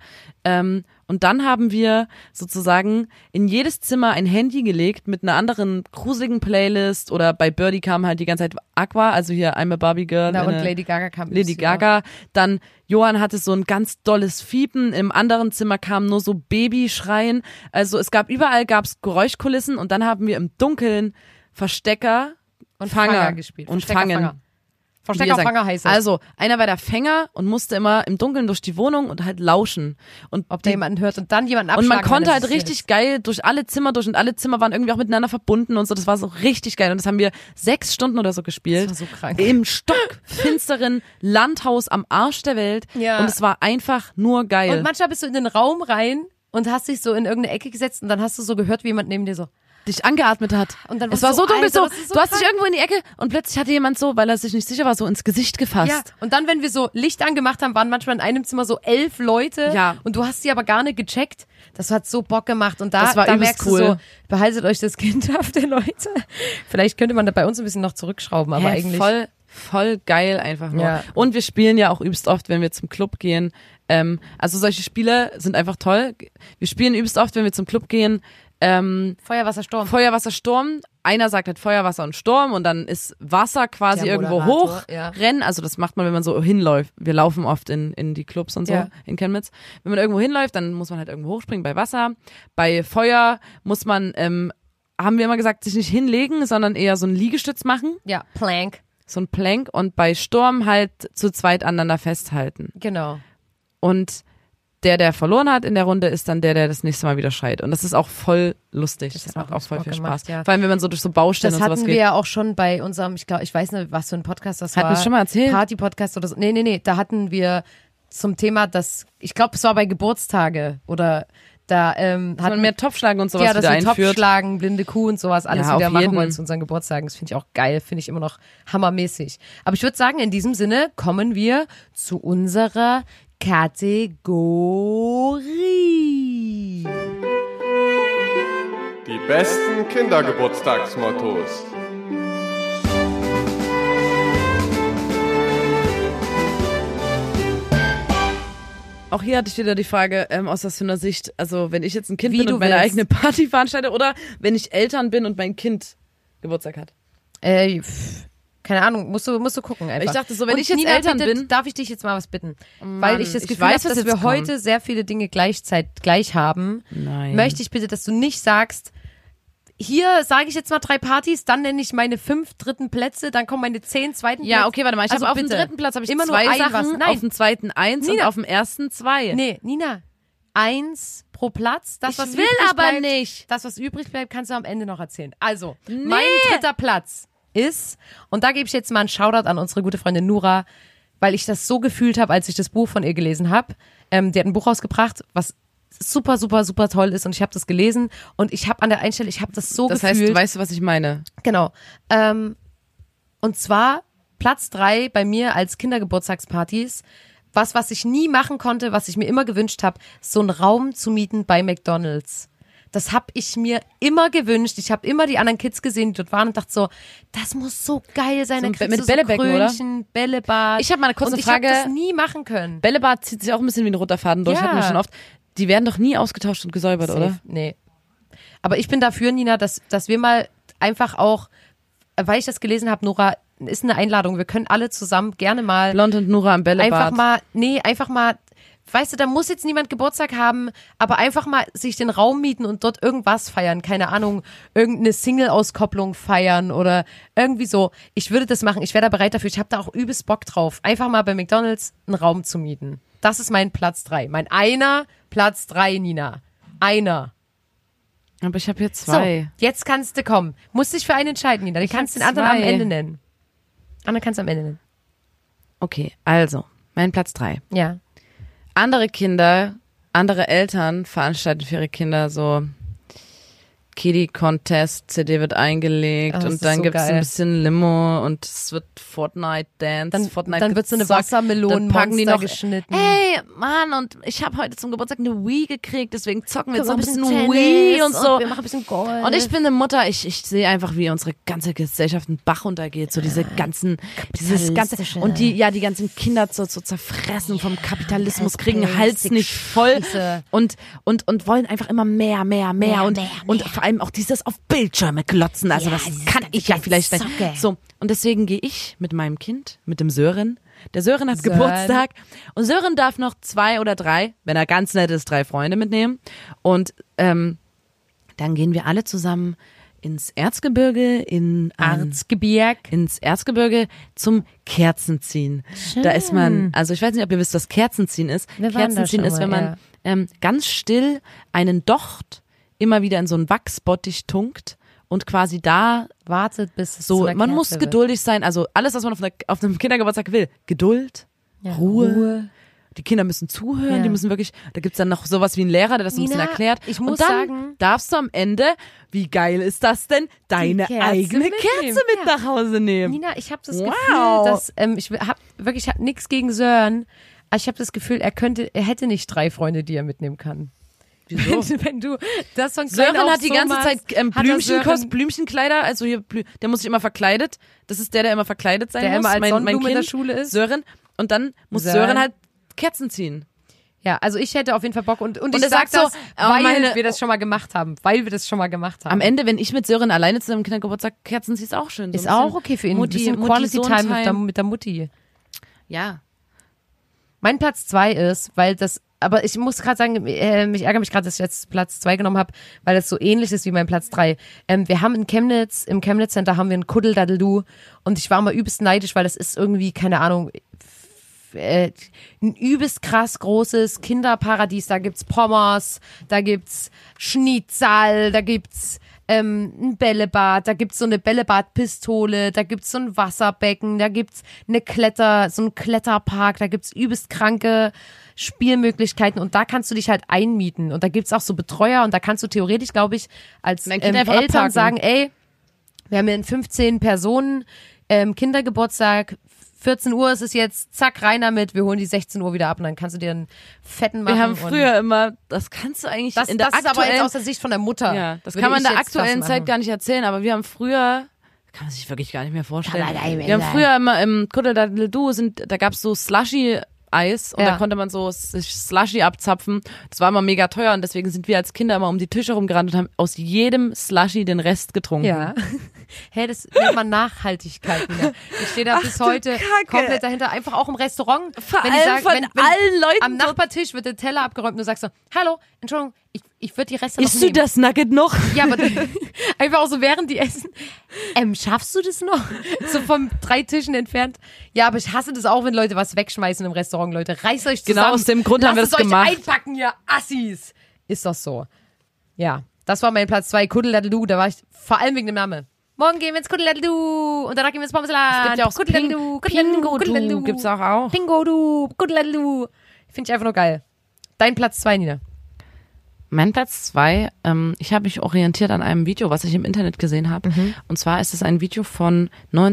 Und dann haben wir sozusagen in jedes Zimmer ein Handy gelegt mit einer anderen gruseligen Playlist, oder bei Birdie kam halt die ganze Zeit Aqua, also hier I'm a Barbie Girl. Na, und Lady Gaga kam. Lady Gaga. Dann Johann hatte so ein ganz dolles Fiepen, im anderen Zimmer kam nur so Babyschreien. Also überall gab's Geräuschkulissen und dann haben wir im Dunkeln Verstecker und Fanger gespielt. Und Fangen. Versteckerfanger heißt es. Also, einer war der Fänger und musste immer im Dunkeln durch die Wohnung und halt lauschen. Und ob da jemanden hört und dann jemanden abschlagen. Und man konnte halt richtig geil durch alle Zimmer durch und alle Zimmer waren irgendwie auch miteinander verbunden und so. Das war so richtig geil. Und das haben wir 6 Stunden oder so gespielt. Das war so krank. Im stockfinsteren Landhaus am Arsch der Welt. Ja. Und es war einfach nur geil. Und manchmal bist du in den Raum rein und hast dich so in irgendeine Ecke gesetzt und dann hast du so gehört, wie jemand neben dir so dich angeatmet hat. Und dann es war so dunkel, Alter, du hast dich irgendwo in die Ecke und plötzlich hatte jemand so, weil er sich nicht sicher war, so ins Gesicht gefasst. Ja, und dann, wenn wir so Licht angemacht haben, waren manchmal in einem Zimmer so 11 Leute. Ja. Und du hast sie aber gar nicht gecheckt. Das hat so Bock gemacht. Und da merkst cool. du so, behaltet euch das kindhafte, Leute. Vielleicht könnte man da bei uns ein bisschen noch zurückschrauben, aber eigentlich. Voll geil einfach nur. Ja. Und wir spielen ja auch übelst oft, wenn wir zum Club gehen. Also solche Spiele sind einfach toll. Wir spielen übelst oft, wenn wir zum Club gehen. Feuer, Wasser, Sturm. Feuer, Wasser, Sturm. Einer sagt halt Feuer, Wasser und Sturm und dann ist Wasser quasi Der irgendwo Moderator, ja. hochrennen. Also das macht man, wenn man so hinläuft. Wir laufen oft in die Clubs und so in Chemnitz. Wenn man irgendwo hinläuft, dann muss man halt irgendwo hochspringen bei Wasser. Bei Feuer muss man, haben wir immer gesagt, sich nicht hinlegen, sondern eher so einen Liegestütz machen. Ja, Plank. So ein Plank. Und bei Sturm halt zu zweit aneinander festhalten. Genau. Und der verloren hat in der Runde, ist dann der das nächste Mal wieder schreit. Und das ist auch voll lustig. Das macht auch voll viel Spaß. Ja. Vor allem, wenn man so durch so Baustellen und sowas geht. Das hatten wir ja auch schon bei unserem, ich weiß nicht, was für ein Podcast das war. Hatten wir schon mal erzählt? Party-Podcast oder so. Nee. Da hatten wir zum Thema, ich glaube, es war bei Geburtstage oder da hatten man mehr Topfschlagen und sowas wieder einführt. Ja, Topfschlagen, blinde Kuh und sowas alles wieder machen jeden. wollen zu unseren Geburtstagen. Das finde ich auch geil, finde ich immer noch hammermäßig. Aber ich würde sagen, in diesem Sinne kommen wir zu unserer Kategorie. Die besten Kindergeburtstagsmottos. Auch hier hatte ich wieder die Frage, aus was für einer Sicht, also wenn ich jetzt ein Kind bin und meine eigene Party veranstalte oder wenn ich Eltern bin und mein Kind Geburtstag hat. Keine Ahnung, musst du gucken einfach. Ich dachte so, wenn und ich jetzt Nina, Eltern bitte, bin. darf ich dich jetzt mal was bitten? Mann, weil ich das Gefühl habe, dass wir heute sehr viele Dinge gleich haben. Nein. Möchte ich bitte, dass du nicht sagst, hier sage ich jetzt mal 3 Partys, dann nenne ich meine 5 dritten Plätze, dann kommen meine 10 zweiten Plätze. Ja, okay, warte mal, ich habe auf dem bitte. 3. Platz habe ich Immer 2 nur Sachen, Nein. auf dem 2. 1 und auf dem 1. 2. Nee, Nina, 1 pro Platz. Das, was ich will übrig aber bleibt, nicht. Das, was übrig bleibt, kannst du am Ende noch erzählen. Also, mein 3. Platz ist, und da gebe ich jetzt mal einen Shoutout an unsere gute Freundin Nura, weil ich das so gefühlt habe, als ich das Buch von ihr gelesen habe. Die hat ein Buch rausgebracht, was super, super, super toll ist, und ich habe das gelesen und ich habe an der Einstellung, ich habe das so gefühlt. Das heißt, du weißt, was ich meine. Genau. Und zwar Platz 3 bei mir als Kindergeburtstagspartys. Was ich nie machen konnte, was ich mir immer gewünscht habe, so einen Raum zu mieten bei McDonald's. Das habe ich mir immer gewünscht. Ich habe immer die anderen Kids gesehen, die dort waren und dachte so, das muss so geil sein. So Dann mit so Bällebecken, Krönchen, Bällebad. Ich habe mal eine kurze Frage. Ich habe das nie machen können. Bällebad zieht sich auch ein bisschen wie ein roter Faden durch, Ja. hatten wir schon oft. Die werden doch nie ausgetauscht und gesäubert, Safe. oder? Nee. Aber ich bin dafür, Nina, dass wir mal einfach auch, weil ich das gelesen habe, Nora, ist eine Einladung. Wir können alle zusammen gerne mal Blond und Nura am Bällebad. einfach mal weißt du, da muss jetzt niemand Geburtstag haben, aber einfach mal sich den Raum mieten und dort irgendwas feiern. Keine Ahnung, irgendeine Single-Auskopplung feiern oder irgendwie so. Ich würde das machen. Ich wäre da bereit dafür. Ich habe da auch übelst Bock drauf. Einfach mal bei McDonald's einen Raum zu mieten. Das ist mein Platz 3. Mein einer Platz 3, Nina. Einer. Aber ich habe hier 2. So, jetzt kannst du kommen. Musst dich für einen entscheiden, Nina. Du kannst den anderen am Ende nennen. Anderen kannst du am Ende nennen. Okay, also, mein Platz 3. Ja. Andere Kinder, andere Eltern veranstalten für ihre Kinder so Kiddie-Contest, CD wird eingelegt das und ist dann so gibt's geil. ein bisschen Limo und es wird Fortnite-Dance, Dann wird so eine Wassermelonen-Monster geschnitten. Hey, Mann, und ich habe heute zum Geburtstag eine Wii gekriegt, deswegen zocken wir jetzt noch ein bisschen Tennis Wii und so. wir machen ein bisschen Golf. Und ich bin eine Mutter, ich sehe einfach, wie unsere ganze Gesellschaft einen Bach runtergeht, so dieses ganze, und die ganzen Kinder so zerfressen vom Kapitalismus, kriegen den Hals nicht voll und wollen einfach immer mehr und vor allem auch dieses auf Bildschirme glotzen, also das kann ich ja vielleicht nicht. So, und deswegen gehe ich mit meinem Kind, mit dem Sören. Der Sören hat Geburtstag und Sören darf noch 2 oder 3, wenn er ganz nett ist, 3 Freunde mitnehmen und dann gehen wir alle zusammen ins Erzgebirge, ins Erzgebirge zum Kerzenziehen. Schön. Da ist man, also ich weiß nicht, ob ihr wisst, was Kerzenziehen ist. Kerzenziehen ist, wenn man ganz still einen Docht immer wieder in so einen Wachsbottich tunkt und quasi da wartet, bis es so, man muss geduldig sein, also alles, was man auf einem Kindergeburtstag will. Geduld, Ruhe. Die Kinder müssen zuhören, die müssen wirklich, da gibt's dann noch sowas wie einen Lehrer, der das so ein bisschen erklärt. Ich muss und dann sagen, darfst du am Ende, wie geil ist das denn, deine eigene Kerze mit nach Hause nehmen. Nina, ich habe das Gefühl, dass, ich hab nichts gegen Sören, aber ich habe das Gefühl, er hätte nicht 3 Freunde, die er mitnehmen kann. Wieso? Wenn du das von Sören klein hat die ganze Zeit Sören- Blümchenkleider, also hier, der muss sich immer verkleidet. Das ist der immer verkleidet sein der muss. immer als mein Sonnenblume Kind, in der Schule ist. Sören. Und dann muss Sören halt Kerzen ziehen. Ja, also ich hätte auf jeden Fall Bock und ich er sag sagt so, das, weil wir das schon mal gemacht haben. Am Ende, wenn ich mit Sören alleine zu seinem Kindergeburtstag Kerzen ziehe, ist auch schön. So ist auch okay für ihn. Ein bisschen Quality Time mit der Mutti. Ja. Mein Platz 2 ist, aber ich muss gerade sagen, ich ärgere mich gerade, dass ich jetzt Platz 2 genommen habe, weil das so ähnlich ist wie mein Platz 3. Wir haben im Chemnitz Center haben wir ein Kuddeldaddeldu und ich war mal übelst neidisch, weil das ist irgendwie, keine Ahnung, ein übelst krass großes Kinderparadies. Da gibt's Pommes, da gibt's Schnitzel, da gibt's ein Bällebad, da gibt's so eine Bällebadpistole, da gibt's so ein Wasserbecken, da gibt's so ein Kletterpark, da gibt's übelst kranke Spielmöglichkeiten und da kannst du dich halt einmieten und da gibt's auch so Betreuer und da kannst du theoretisch, glaube ich, als Eltern abpacken. sagen, ey, wir haben hier einen 15 Personen Kindergeburtstag, 14 Uhr ist es jetzt, zack, rein damit, wir holen die 16 Uhr wieder ab und dann kannst du dir einen fetten machen. Wir haben früher immer, das kannst du eigentlich das in der ist aber aktuellen, jetzt aus der Sicht von der Mutter. Ja, das kann man in der aktuellen Zeit gar nicht erzählen, aber wir haben früher, kann man sich wirklich gar nicht mehr vorstellen. Wir haben früher immer im Kuddeldaddeldu da gab's so Slushy-Eis und da konnte man so sich Slushy abzapfen. Das war immer mega teuer und deswegen sind wir als Kinder immer um die Tische rumgerannt und haben aus jedem Slushy den Rest getrunken. Ja. Hey, das nennt man Nachhaltigkeit wieder. Ich stehe da bis heute komplett dahinter. Einfach auch im Restaurant. Vor allem von allen Leuten. Am Nachbartisch wird der Teller abgeräumt und du sagst so, hallo, Entschuldigung, ich würde die Reste noch Isst nehmen. du das Nugget noch? Ja, aber einfach auch so während die essen. Schaffst du das noch? So von 3 Tischen entfernt. Ja, aber ich hasse das auch, wenn Leute was wegschmeißen im Restaurant, Leute. Reißt euch zusammen. Genau aus dem Grund haben wir das gemacht. Lasst es euch einpacken, ihr Assis. Ist doch so. Ja, das war mein Platz 2, Kuddeldaddeldu. Da war ich vor allem wegen dem Namen. Morgen gehen wir ins Kuddeldaddeldu und danach gehen wir ins Pommesland. Es gibt ja auch Pingo-Du gibt's auch. Pingo-Du, Kuddeldaddeldu. Finde ich einfach nur geil. Dein Platz 2, Nina. Mein Platz 2, ich habe mich orientiert an einem Video, was ich im Internet gesehen habe. Und zwar ist es ein Video von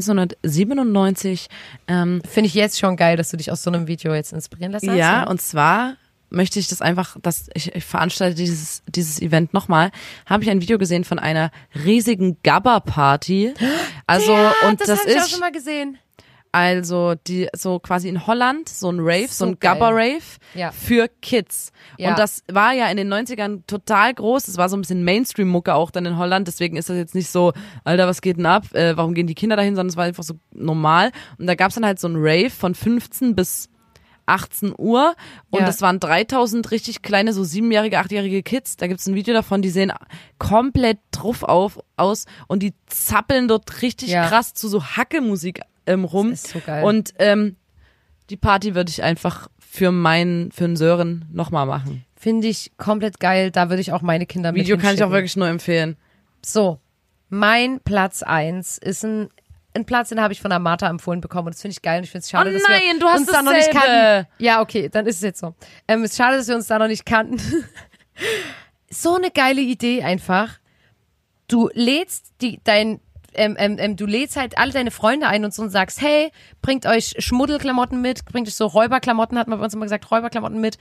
1997. Finde ich jetzt schon geil, dass du dich aus so einem Video jetzt inspirieren lässt. Ja, und zwar möchte ich das einfach, dass ich veranstalte dieses Event nochmal, habe ich ein Video gesehen von einer riesigen Gabba-Party. Also, ja, und das habe ich auch ist schon mal gesehen. Also die so quasi in Holland so ein Rave, so ein geil. Gabba-Rave für Kids. Ja. Und das war ja in den 90ern total groß. Das war so ein bisschen Mainstream-Mucke auch dann in Holland. Deswegen ist das jetzt nicht so, Alter, was geht denn ab? Warum gehen die Kinder dahin? Sondern es war einfach so normal. Und da gab's dann halt so ein Rave von 15 bis 18 Uhr und Ja. das waren 3000 richtig kleine, so 7-jährige, 8-jährige Kids. Da gibt's ein Video davon, die sehen komplett drauf aus und die zappeln dort richtig Ja. krass zu so Hacke-Musik rum. Das ist so geil. Und die Party würde ich einfach für den Sören nochmal machen. Finde ich komplett geil. Da würde ich auch meine Kinder mit Video kann ich auch hinschicken. wirklich nur empfehlen. So, mein Platz 1 ist ein Platz, den habe ich von der Martha empfohlen bekommen und das finde ich geil und ich finde es schade, Oh dass nein, wir du hast uns da noch nicht dasselbe. kannten. Ja, okay, dann ist es jetzt so. Es ist schade, dass wir uns da noch nicht kannten. So eine geile Idee einfach. Du lädst du lädst halt alle deine Freunde ein und so und sagst, hey, bringt euch Schmuddelklamotten mit, bringt euch so Räuberklamotten, hat man bei uns immer gesagt, Räuberklamotten mit.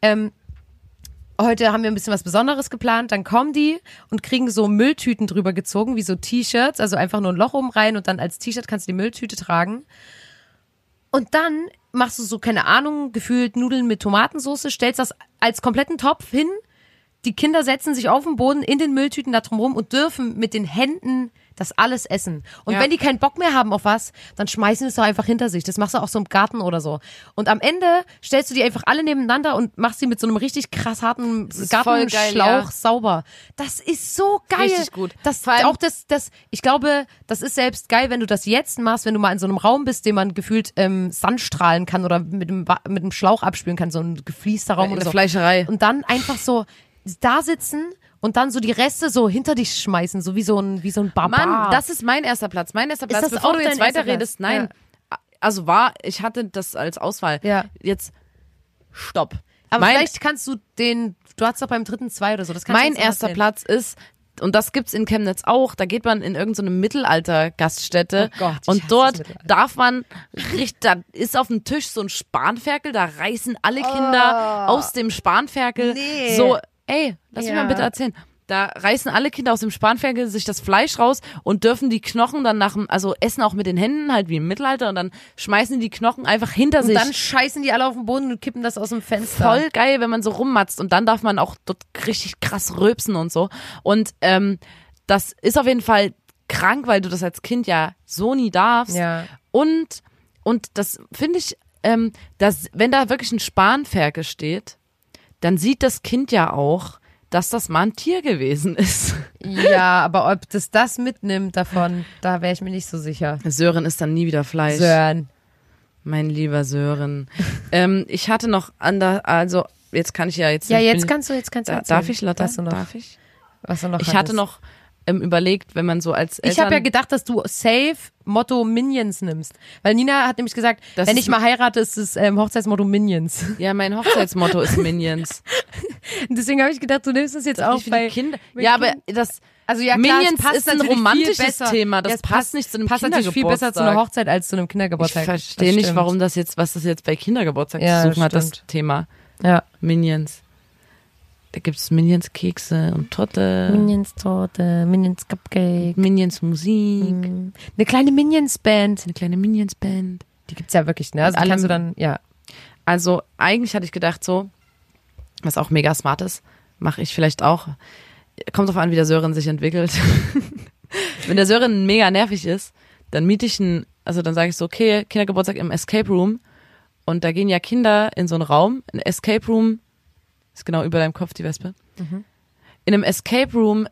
Heute haben wir ein bisschen was Besonderes geplant, dann kommen die und kriegen so Mülltüten drüber gezogen, wie so T-Shirts, also einfach nur ein Loch oben rein und dann als T-Shirt kannst du die Mülltüte tragen. Und dann machst du so, keine Ahnung, gefühlt Nudeln mit Tomatensauce, stellst das als kompletten Topf hin, die Kinder setzen sich auf den Boden in den Mülltüten da drum rum und dürfen mit den Händen das alles essen. Und Ja. wenn die keinen Bock mehr haben auf was, dann schmeißen die es doch einfach hinter sich. Das machst du auch so im Garten oder so. Und am Ende stellst du die einfach alle nebeneinander und machst sie mit so einem richtig krass harten ist voll geil, Gartenschlauch ja. sauber. Das ist so geil. Richtig gut. Das, Vor allem- auch ich glaube, das ist selbst geil, wenn du das jetzt machst, wenn du mal in so einem Raum bist, den man gefühlt Sandstrahlen kann oder mit dem Schlauch abspülen kann, so ein gefließter Raum In oder der so. Fleischerei. Und dann einfach so da sitzen und dann so die Reste so hinter dich schmeißen, so wie so ein Barbar. Mann, das ist mein erster Platz. Mein erster Platz, das bevor auch du jetzt dein erster weiterredest, Platz? nein. Also ich hatte das als Auswahl. Ja. Jetzt, stopp. Aber mein vielleicht kannst du du hattest doch beim 3. das kannst du mein jetzt noch erster erzählen. Platz ist, und das gibt's in Chemnitz auch, da geht man in irgendeine Mittelalter-Gaststätte Oh Gott, ich und hasse dort das Mittelalter. darf man, da ist auf dem Tisch so ein Spanferkel, da reißen alle Kinder aus dem Spanferkel Nee. so, ey, lass mich Ja. mal bitte erzählen. Da reißen alle Kinder aus dem Spanferkel sich das Fleisch raus und dürfen die Knochen dann also essen auch mit den Händen, halt wie im Mittelalter, und dann schmeißen die Knochen einfach hinter Und sich. dann scheißen die alle auf den Boden und kippen das aus dem Fenster. Voll geil, wenn man so rummatzt, und dann darf man auch dort richtig krass rülpsen und so. Und das ist auf jeden Fall krank, weil du das als Kind ja so nie darfst. Ja. Und das finde ich, dass wenn da wirklich ein Spanferkel steht, dann sieht das Kind ja auch, dass das mal ein Tier gewesen ist. Ja, aber ob das mitnimmt davon, da wäre ich mir nicht so sicher. Sören isst dann nie wieder Fleisch. Sören. Mein lieber Sören. Ich hatte noch also jetzt kann ich ja jetzt. Ja, ich jetzt bin- kannst du erzählen. Darf ich, Lotta? Was du noch, Darf ich? was du noch Ich hatte hattest. noch überlegt, wenn man so als Eltern... Ich habe ja gedacht, dass du safe Motto Minions nimmst. Weil Nina hat nämlich gesagt, Das wenn ist ich mal heirate, ist das Hochzeitsmotto Minions. Ja, mein Hochzeitsmotto ist Minions. Und deswegen habe ich gedacht, du nimmst das jetzt auch Nicht für die bei Kinder. mit Ja, aber Kind- das Also ja, klar, Minions es passt ist ein natürlich romantisches viel besser. Thema. Das Ja, es passt nicht zu einem passt natürlich viel besser zu einer Kindergeburtstag. Hochzeit als zu einem Ich Kindergeburtstag. verstehe Das nicht, stimmt. warum was das jetzt bei Kindergeburtstag Ja, zu suchen hat, das stimmt. Thema. Ja. Minions. Da gibt's Minions-Kekse und Torte, Minions Torte, Minions Cupcake, Minions-Musik, eine kleine Minions Band. eine kleine Minions-Band. Die gibt's ja wirklich, ne? Also Mit die kannst du allem- dann, ja. Also eigentlich hatte ich gedacht so, was auch mega smart ist, mache ich vielleicht auch. Kommt drauf an, wie der Sören sich entwickelt. Wenn der Sören mega nervig ist, dann miete ich dann sage ich so, okay, Kindergeburtstag im Escape Room, und da gehen ja Kinder in so einen Raum, ein Escape Room, ist genau über deinem Kopf die Wespe. In einem Escape Room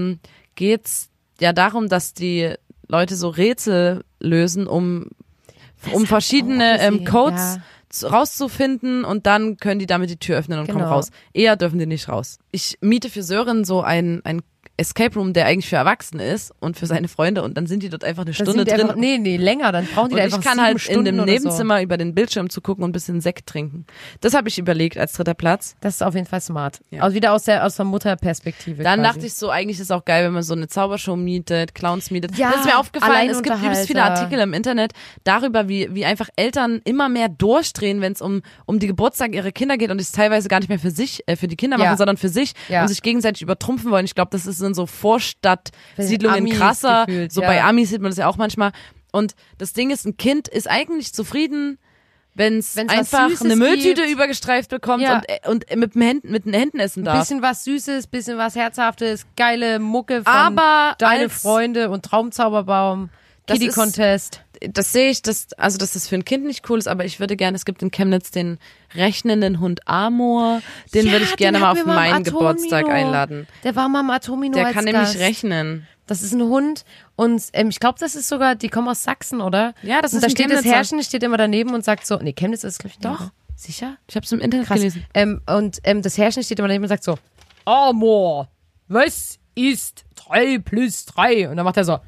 geht's ja darum, dass die Leute so Rätsel lösen, um verschiedene auch gesehen, Codes ja. rauszufinden, und dann können die damit die Tür öffnen und kommen Genau. raus. Eher dürfen die nicht raus. Ich miete für Sören so ein Escape Room, der eigentlich für Erwachsene ist und für seine Freunde, und dann sind die dort einfach eine Da Stunde sind die drin. einfach, nee, länger, dann brauchen die Und da ich einfach kann 7 halt in Stunden dem oder Nebenzimmer über den Bildschirm zu gucken und ein bisschen Sekt trinken. Das habe ich überlegt als 3. Platz. So. Das ist auf jeden Fall smart. Ja. Also wieder aus der Mutterperspektive. Dann quasi. dachte ich so, eigentlich ist es auch geil, wenn man so eine Zaubershow mietet, Clowns mietet. Ja, das ist mir aufgefallen, es gibt übelst viele Alleinunterhalter. Artikel im Internet darüber, wie einfach Eltern immer mehr durchdrehen, wenn es um die Geburtstag ihrer Kinder geht und es teilweise gar nicht mehr für die Kinder machen, Ja. sondern für sich Ja. und sich gegenseitig übertrumpfen wollen. Ich glaube, das ist in so Vorstadtsiedlungen Amis krasser. gefühlt, So ja. bei Amis sieht man das ja auch manchmal. Und das Ding ist, ein Kind ist eigentlich zufrieden, wenn es Wenn's was einfach Süßes eine Mülltüte gibt. übergestreift bekommt Ja. und mit den Händen essen Ein darf. bisschen was Süßes, bisschen was Herzhaftes, geile Mucke von Aber deine als- Freunde und Traumzauberbaum, Das Kitty ist- Contest. das sehe ich, dass das für ein Kind nicht cool ist, aber ich würde gerne, es gibt in Chemnitz den rechnenden Hund Amor, den würde ich gerne mal auf meinen Geburtstag einladen. Der war mal im Atomino Der als kann Gast. nämlich rechnen. Das ist ein Hund und ich glaube, das ist sogar, die kommen aus Sachsen, oder? Ja, das und ist da ein steht das Chemnitzer. Herrchen, steht immer daneben und sagt so, nee, Chemnitz ist, glaube ich, Doch. nicht. Sicher? Ich habe es im Internet Krass. gelesen. Das Herrchen steht immer daneben und sagt so, Amor, was ist 3 + 3? Und dann macht er so,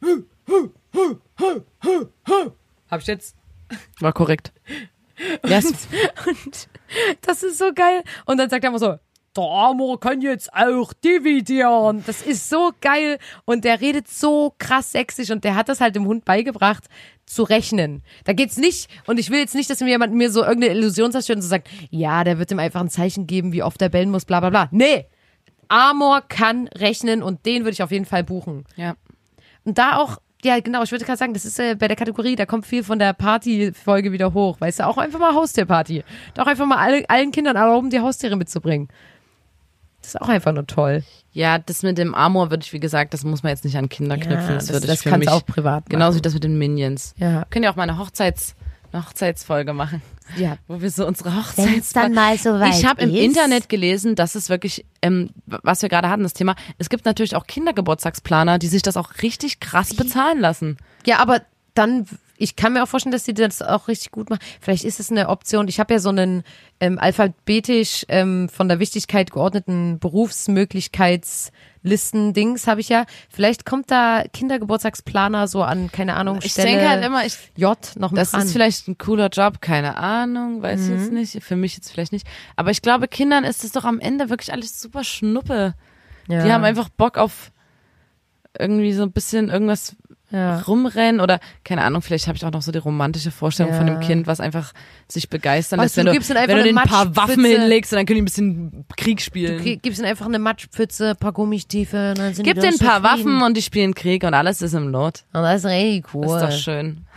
hab ich jetzt? War korrekt. Yes. Und das ist so geil. Und dann sagt er immer so, der Amor kann jetzt auch dividieren. Das ist so geil. Und der redet so krass sächsisch und der hat das halt dem Hund beigebracht, zu rechnen. Da geht's nicht, und ich will jetzt nicht, dass mir jemand so irgendeine Illusion zerstört und so sagt, ja, der wird ihm einfach ein Zeichen geben, wie oft er bellen muss, bla bla bla. Nee, Amor kann rechnen und den würde ich auf jeden Fall buchen. Ja. Und da auch, ja genau, ich würde gerade sagen, das ist bei der Kategorie, da kommt viel von der Party-Folge wieder hoch. Weißt du, auch einfach mal Haustierparty. Da auch einfach mal allen Kindern erlauben, die Haustiere mitzubringen. Das ist auch einfach nur toll. Ja, das mit dem Amor würde ich, wie gesagt, das muss man jetzt nicht an Kinder knüpfen. Ja, Das würde ich das für kannst mich du auch privat machen. genauso wie das mit den Minions. Ja. Wir können ja auch mal eine Hochzeitsfolge machen. Ja. Wo wir so unsere Wenn's dann mal so weit Ich habe im ist. Internet gelesen, dass es wirklich, was wir gerade hatten, das Thema, es gibt natürlich auch Kindergeburtstagsplaner, die sich das auch richtig krass bezahlen lassen. Ja, aber dann, ich kann mir auch vorstellen, dass die das auch richtig gut machen. Vielleicht ist es eine Option. Ich habe ja so einen alphabetisch von der Wichtigkeit geordneten Berufsmöglichkeitslisten-Dings habe ich ja. Vielleicht kommt da Kindergeburtstagsplaner so an, keine Ahnung, Ich Stelle denke halt immer, J noch mit das dran. ist vielleicht ein cooler Job, keine Ahnung, weiß ich jetzt nicht. Für mich jetzt vielleicht nicht. Aber ich glaube, Kindern ist es doch am Ende wirklich alles super Schnuppe. Ja. Die haben einfach Bock auf irgendwie so ein bisschen irgendwas rumrennen oder, keine Ahnung, vielleicht habe ich auch noch so die romantische Vorstellung von dem Kind, was einfach sich begeistern lässt, Weißt du, wenn du gibst ihnen einfach wenn du eine den ein paar Waffen Matschpfütze. hinlegst und dann können die ein bisschen Krieg spielen. Gibst ihnen einfach eine Matschpfütze, ein paar Gummistiefel. Und dann sind Gib die denen ein doch paar zufrieden. Waffen und die spielen Krieg und alles ist im Lot. Und das ist richtig cool. Das ist doch schön.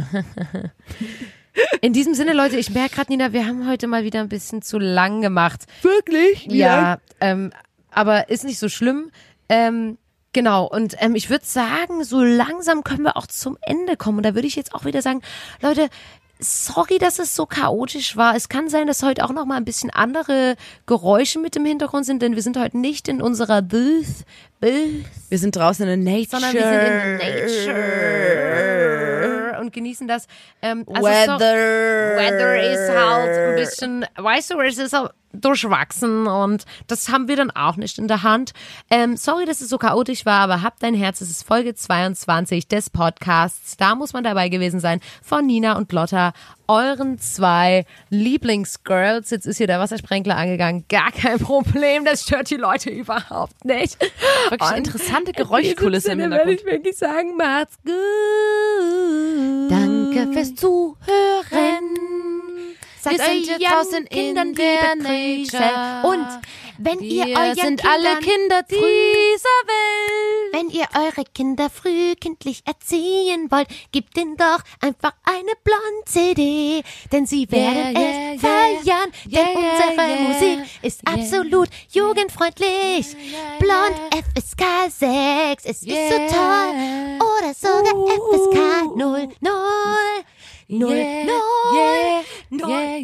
In diesem Sinne, Leute, ich merke gerade, Nina, wir haben heute mal wieder ein bisschen zu lang gemacht. Wirklich? Ja, aber ist nicht so schlimm. Genau, und ich würde sagen, so langsam können wir auch zum Ende kommen. Und da würde ich jetzt auch wieder sagen, Leute, sorry, dass es so chaotisch war. Es kann sein, dass heute auch noch mal ein bisschen andere Geräusche mit im Hintergrund sind, denn wir sind heute nicht in unserer Booth, Wir sind draußen in der Nature. sondern wir sind in Nature und genießen das. Weather ist halt ein bisschen, weißt du, es ist halt durchwachsen und das haben wir dann auch nicht in der Hand. Sorry, dass es so chaotisch war, aber habt ein Herz, es ist Folge 22 des Podcasts. Da muss man dabei gewesen sein von Nina und Lotta, euren 2 Lieblingsgirls. Jetzt ist hier der Wassersprenkler angegangen. Gar kein Problem, das stört die Leute überhaupt nicht. Wirklich Und interessante Geräuschkulisse im in diesem Sinne Hintergrund. werde ich wirklich sagen, macht's gut. Danke fürs Zuhören. Seid Wir sind euren jetzt draußen in Kindern der liebe Grüße. Nature. Und wenn ihr Wir euren sind Kindern, alle Kinder dieser Welt. Wenn ihr eure Kinder früh kindlich erziehen wollt, gebt ihnen doch einfach eine Blond-CD, denn sie werden es feiern, denn unsere Musik ist absolut jugendfreundlich. Blond FSK 6, es ist so toll, oder sogar FSK 00. 0, 0, 0, 0,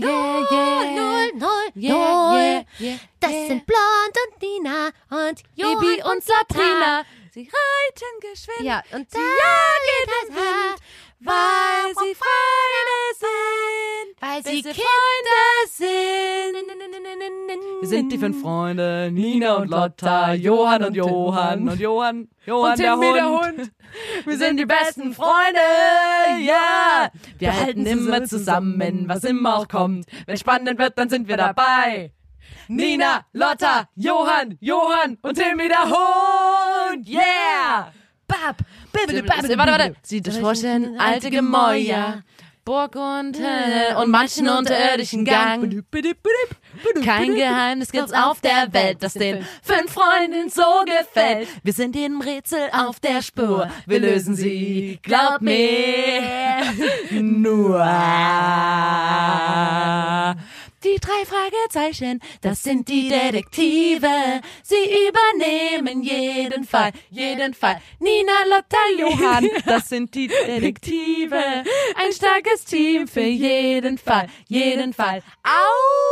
0, 0. Das sind Blond und Nina und Johann Bibi und Sabrina. Sie reiten geschwind. ja, und Sie jagen den Wind, weil sie Freunde sind. weil sie Freunde sind. Wir sind die 5 Freunde, Nina und Lotta, Johann und Johann und Johann und der Timmy, der Hund. Wir sind die besten Freunde, ja. Wir halten immer zusammen, was immer auch kommt. Wenn spannend wird, dann sind wir dabei. Nina, Lotta, Johann und Timmy der Hund, yeah. Warte. Sieht euch vorstellen, alte Gemäuer, Burg und manchen unterirdischen Gang. Kein Geheimnis gibt's auf der Welt, das den 5 Freunden so gefällt. Wir sind jedem Rätsel auf der Spur, wir lösen sie, glaub mir, nur. Die 3 Fragezeichen, das sind die Detektive. Sie übernehmen jeden Fall. Nina, Lotta, Johann, das sind die Detektive. Ein starkes Team für jeden Fall. Au!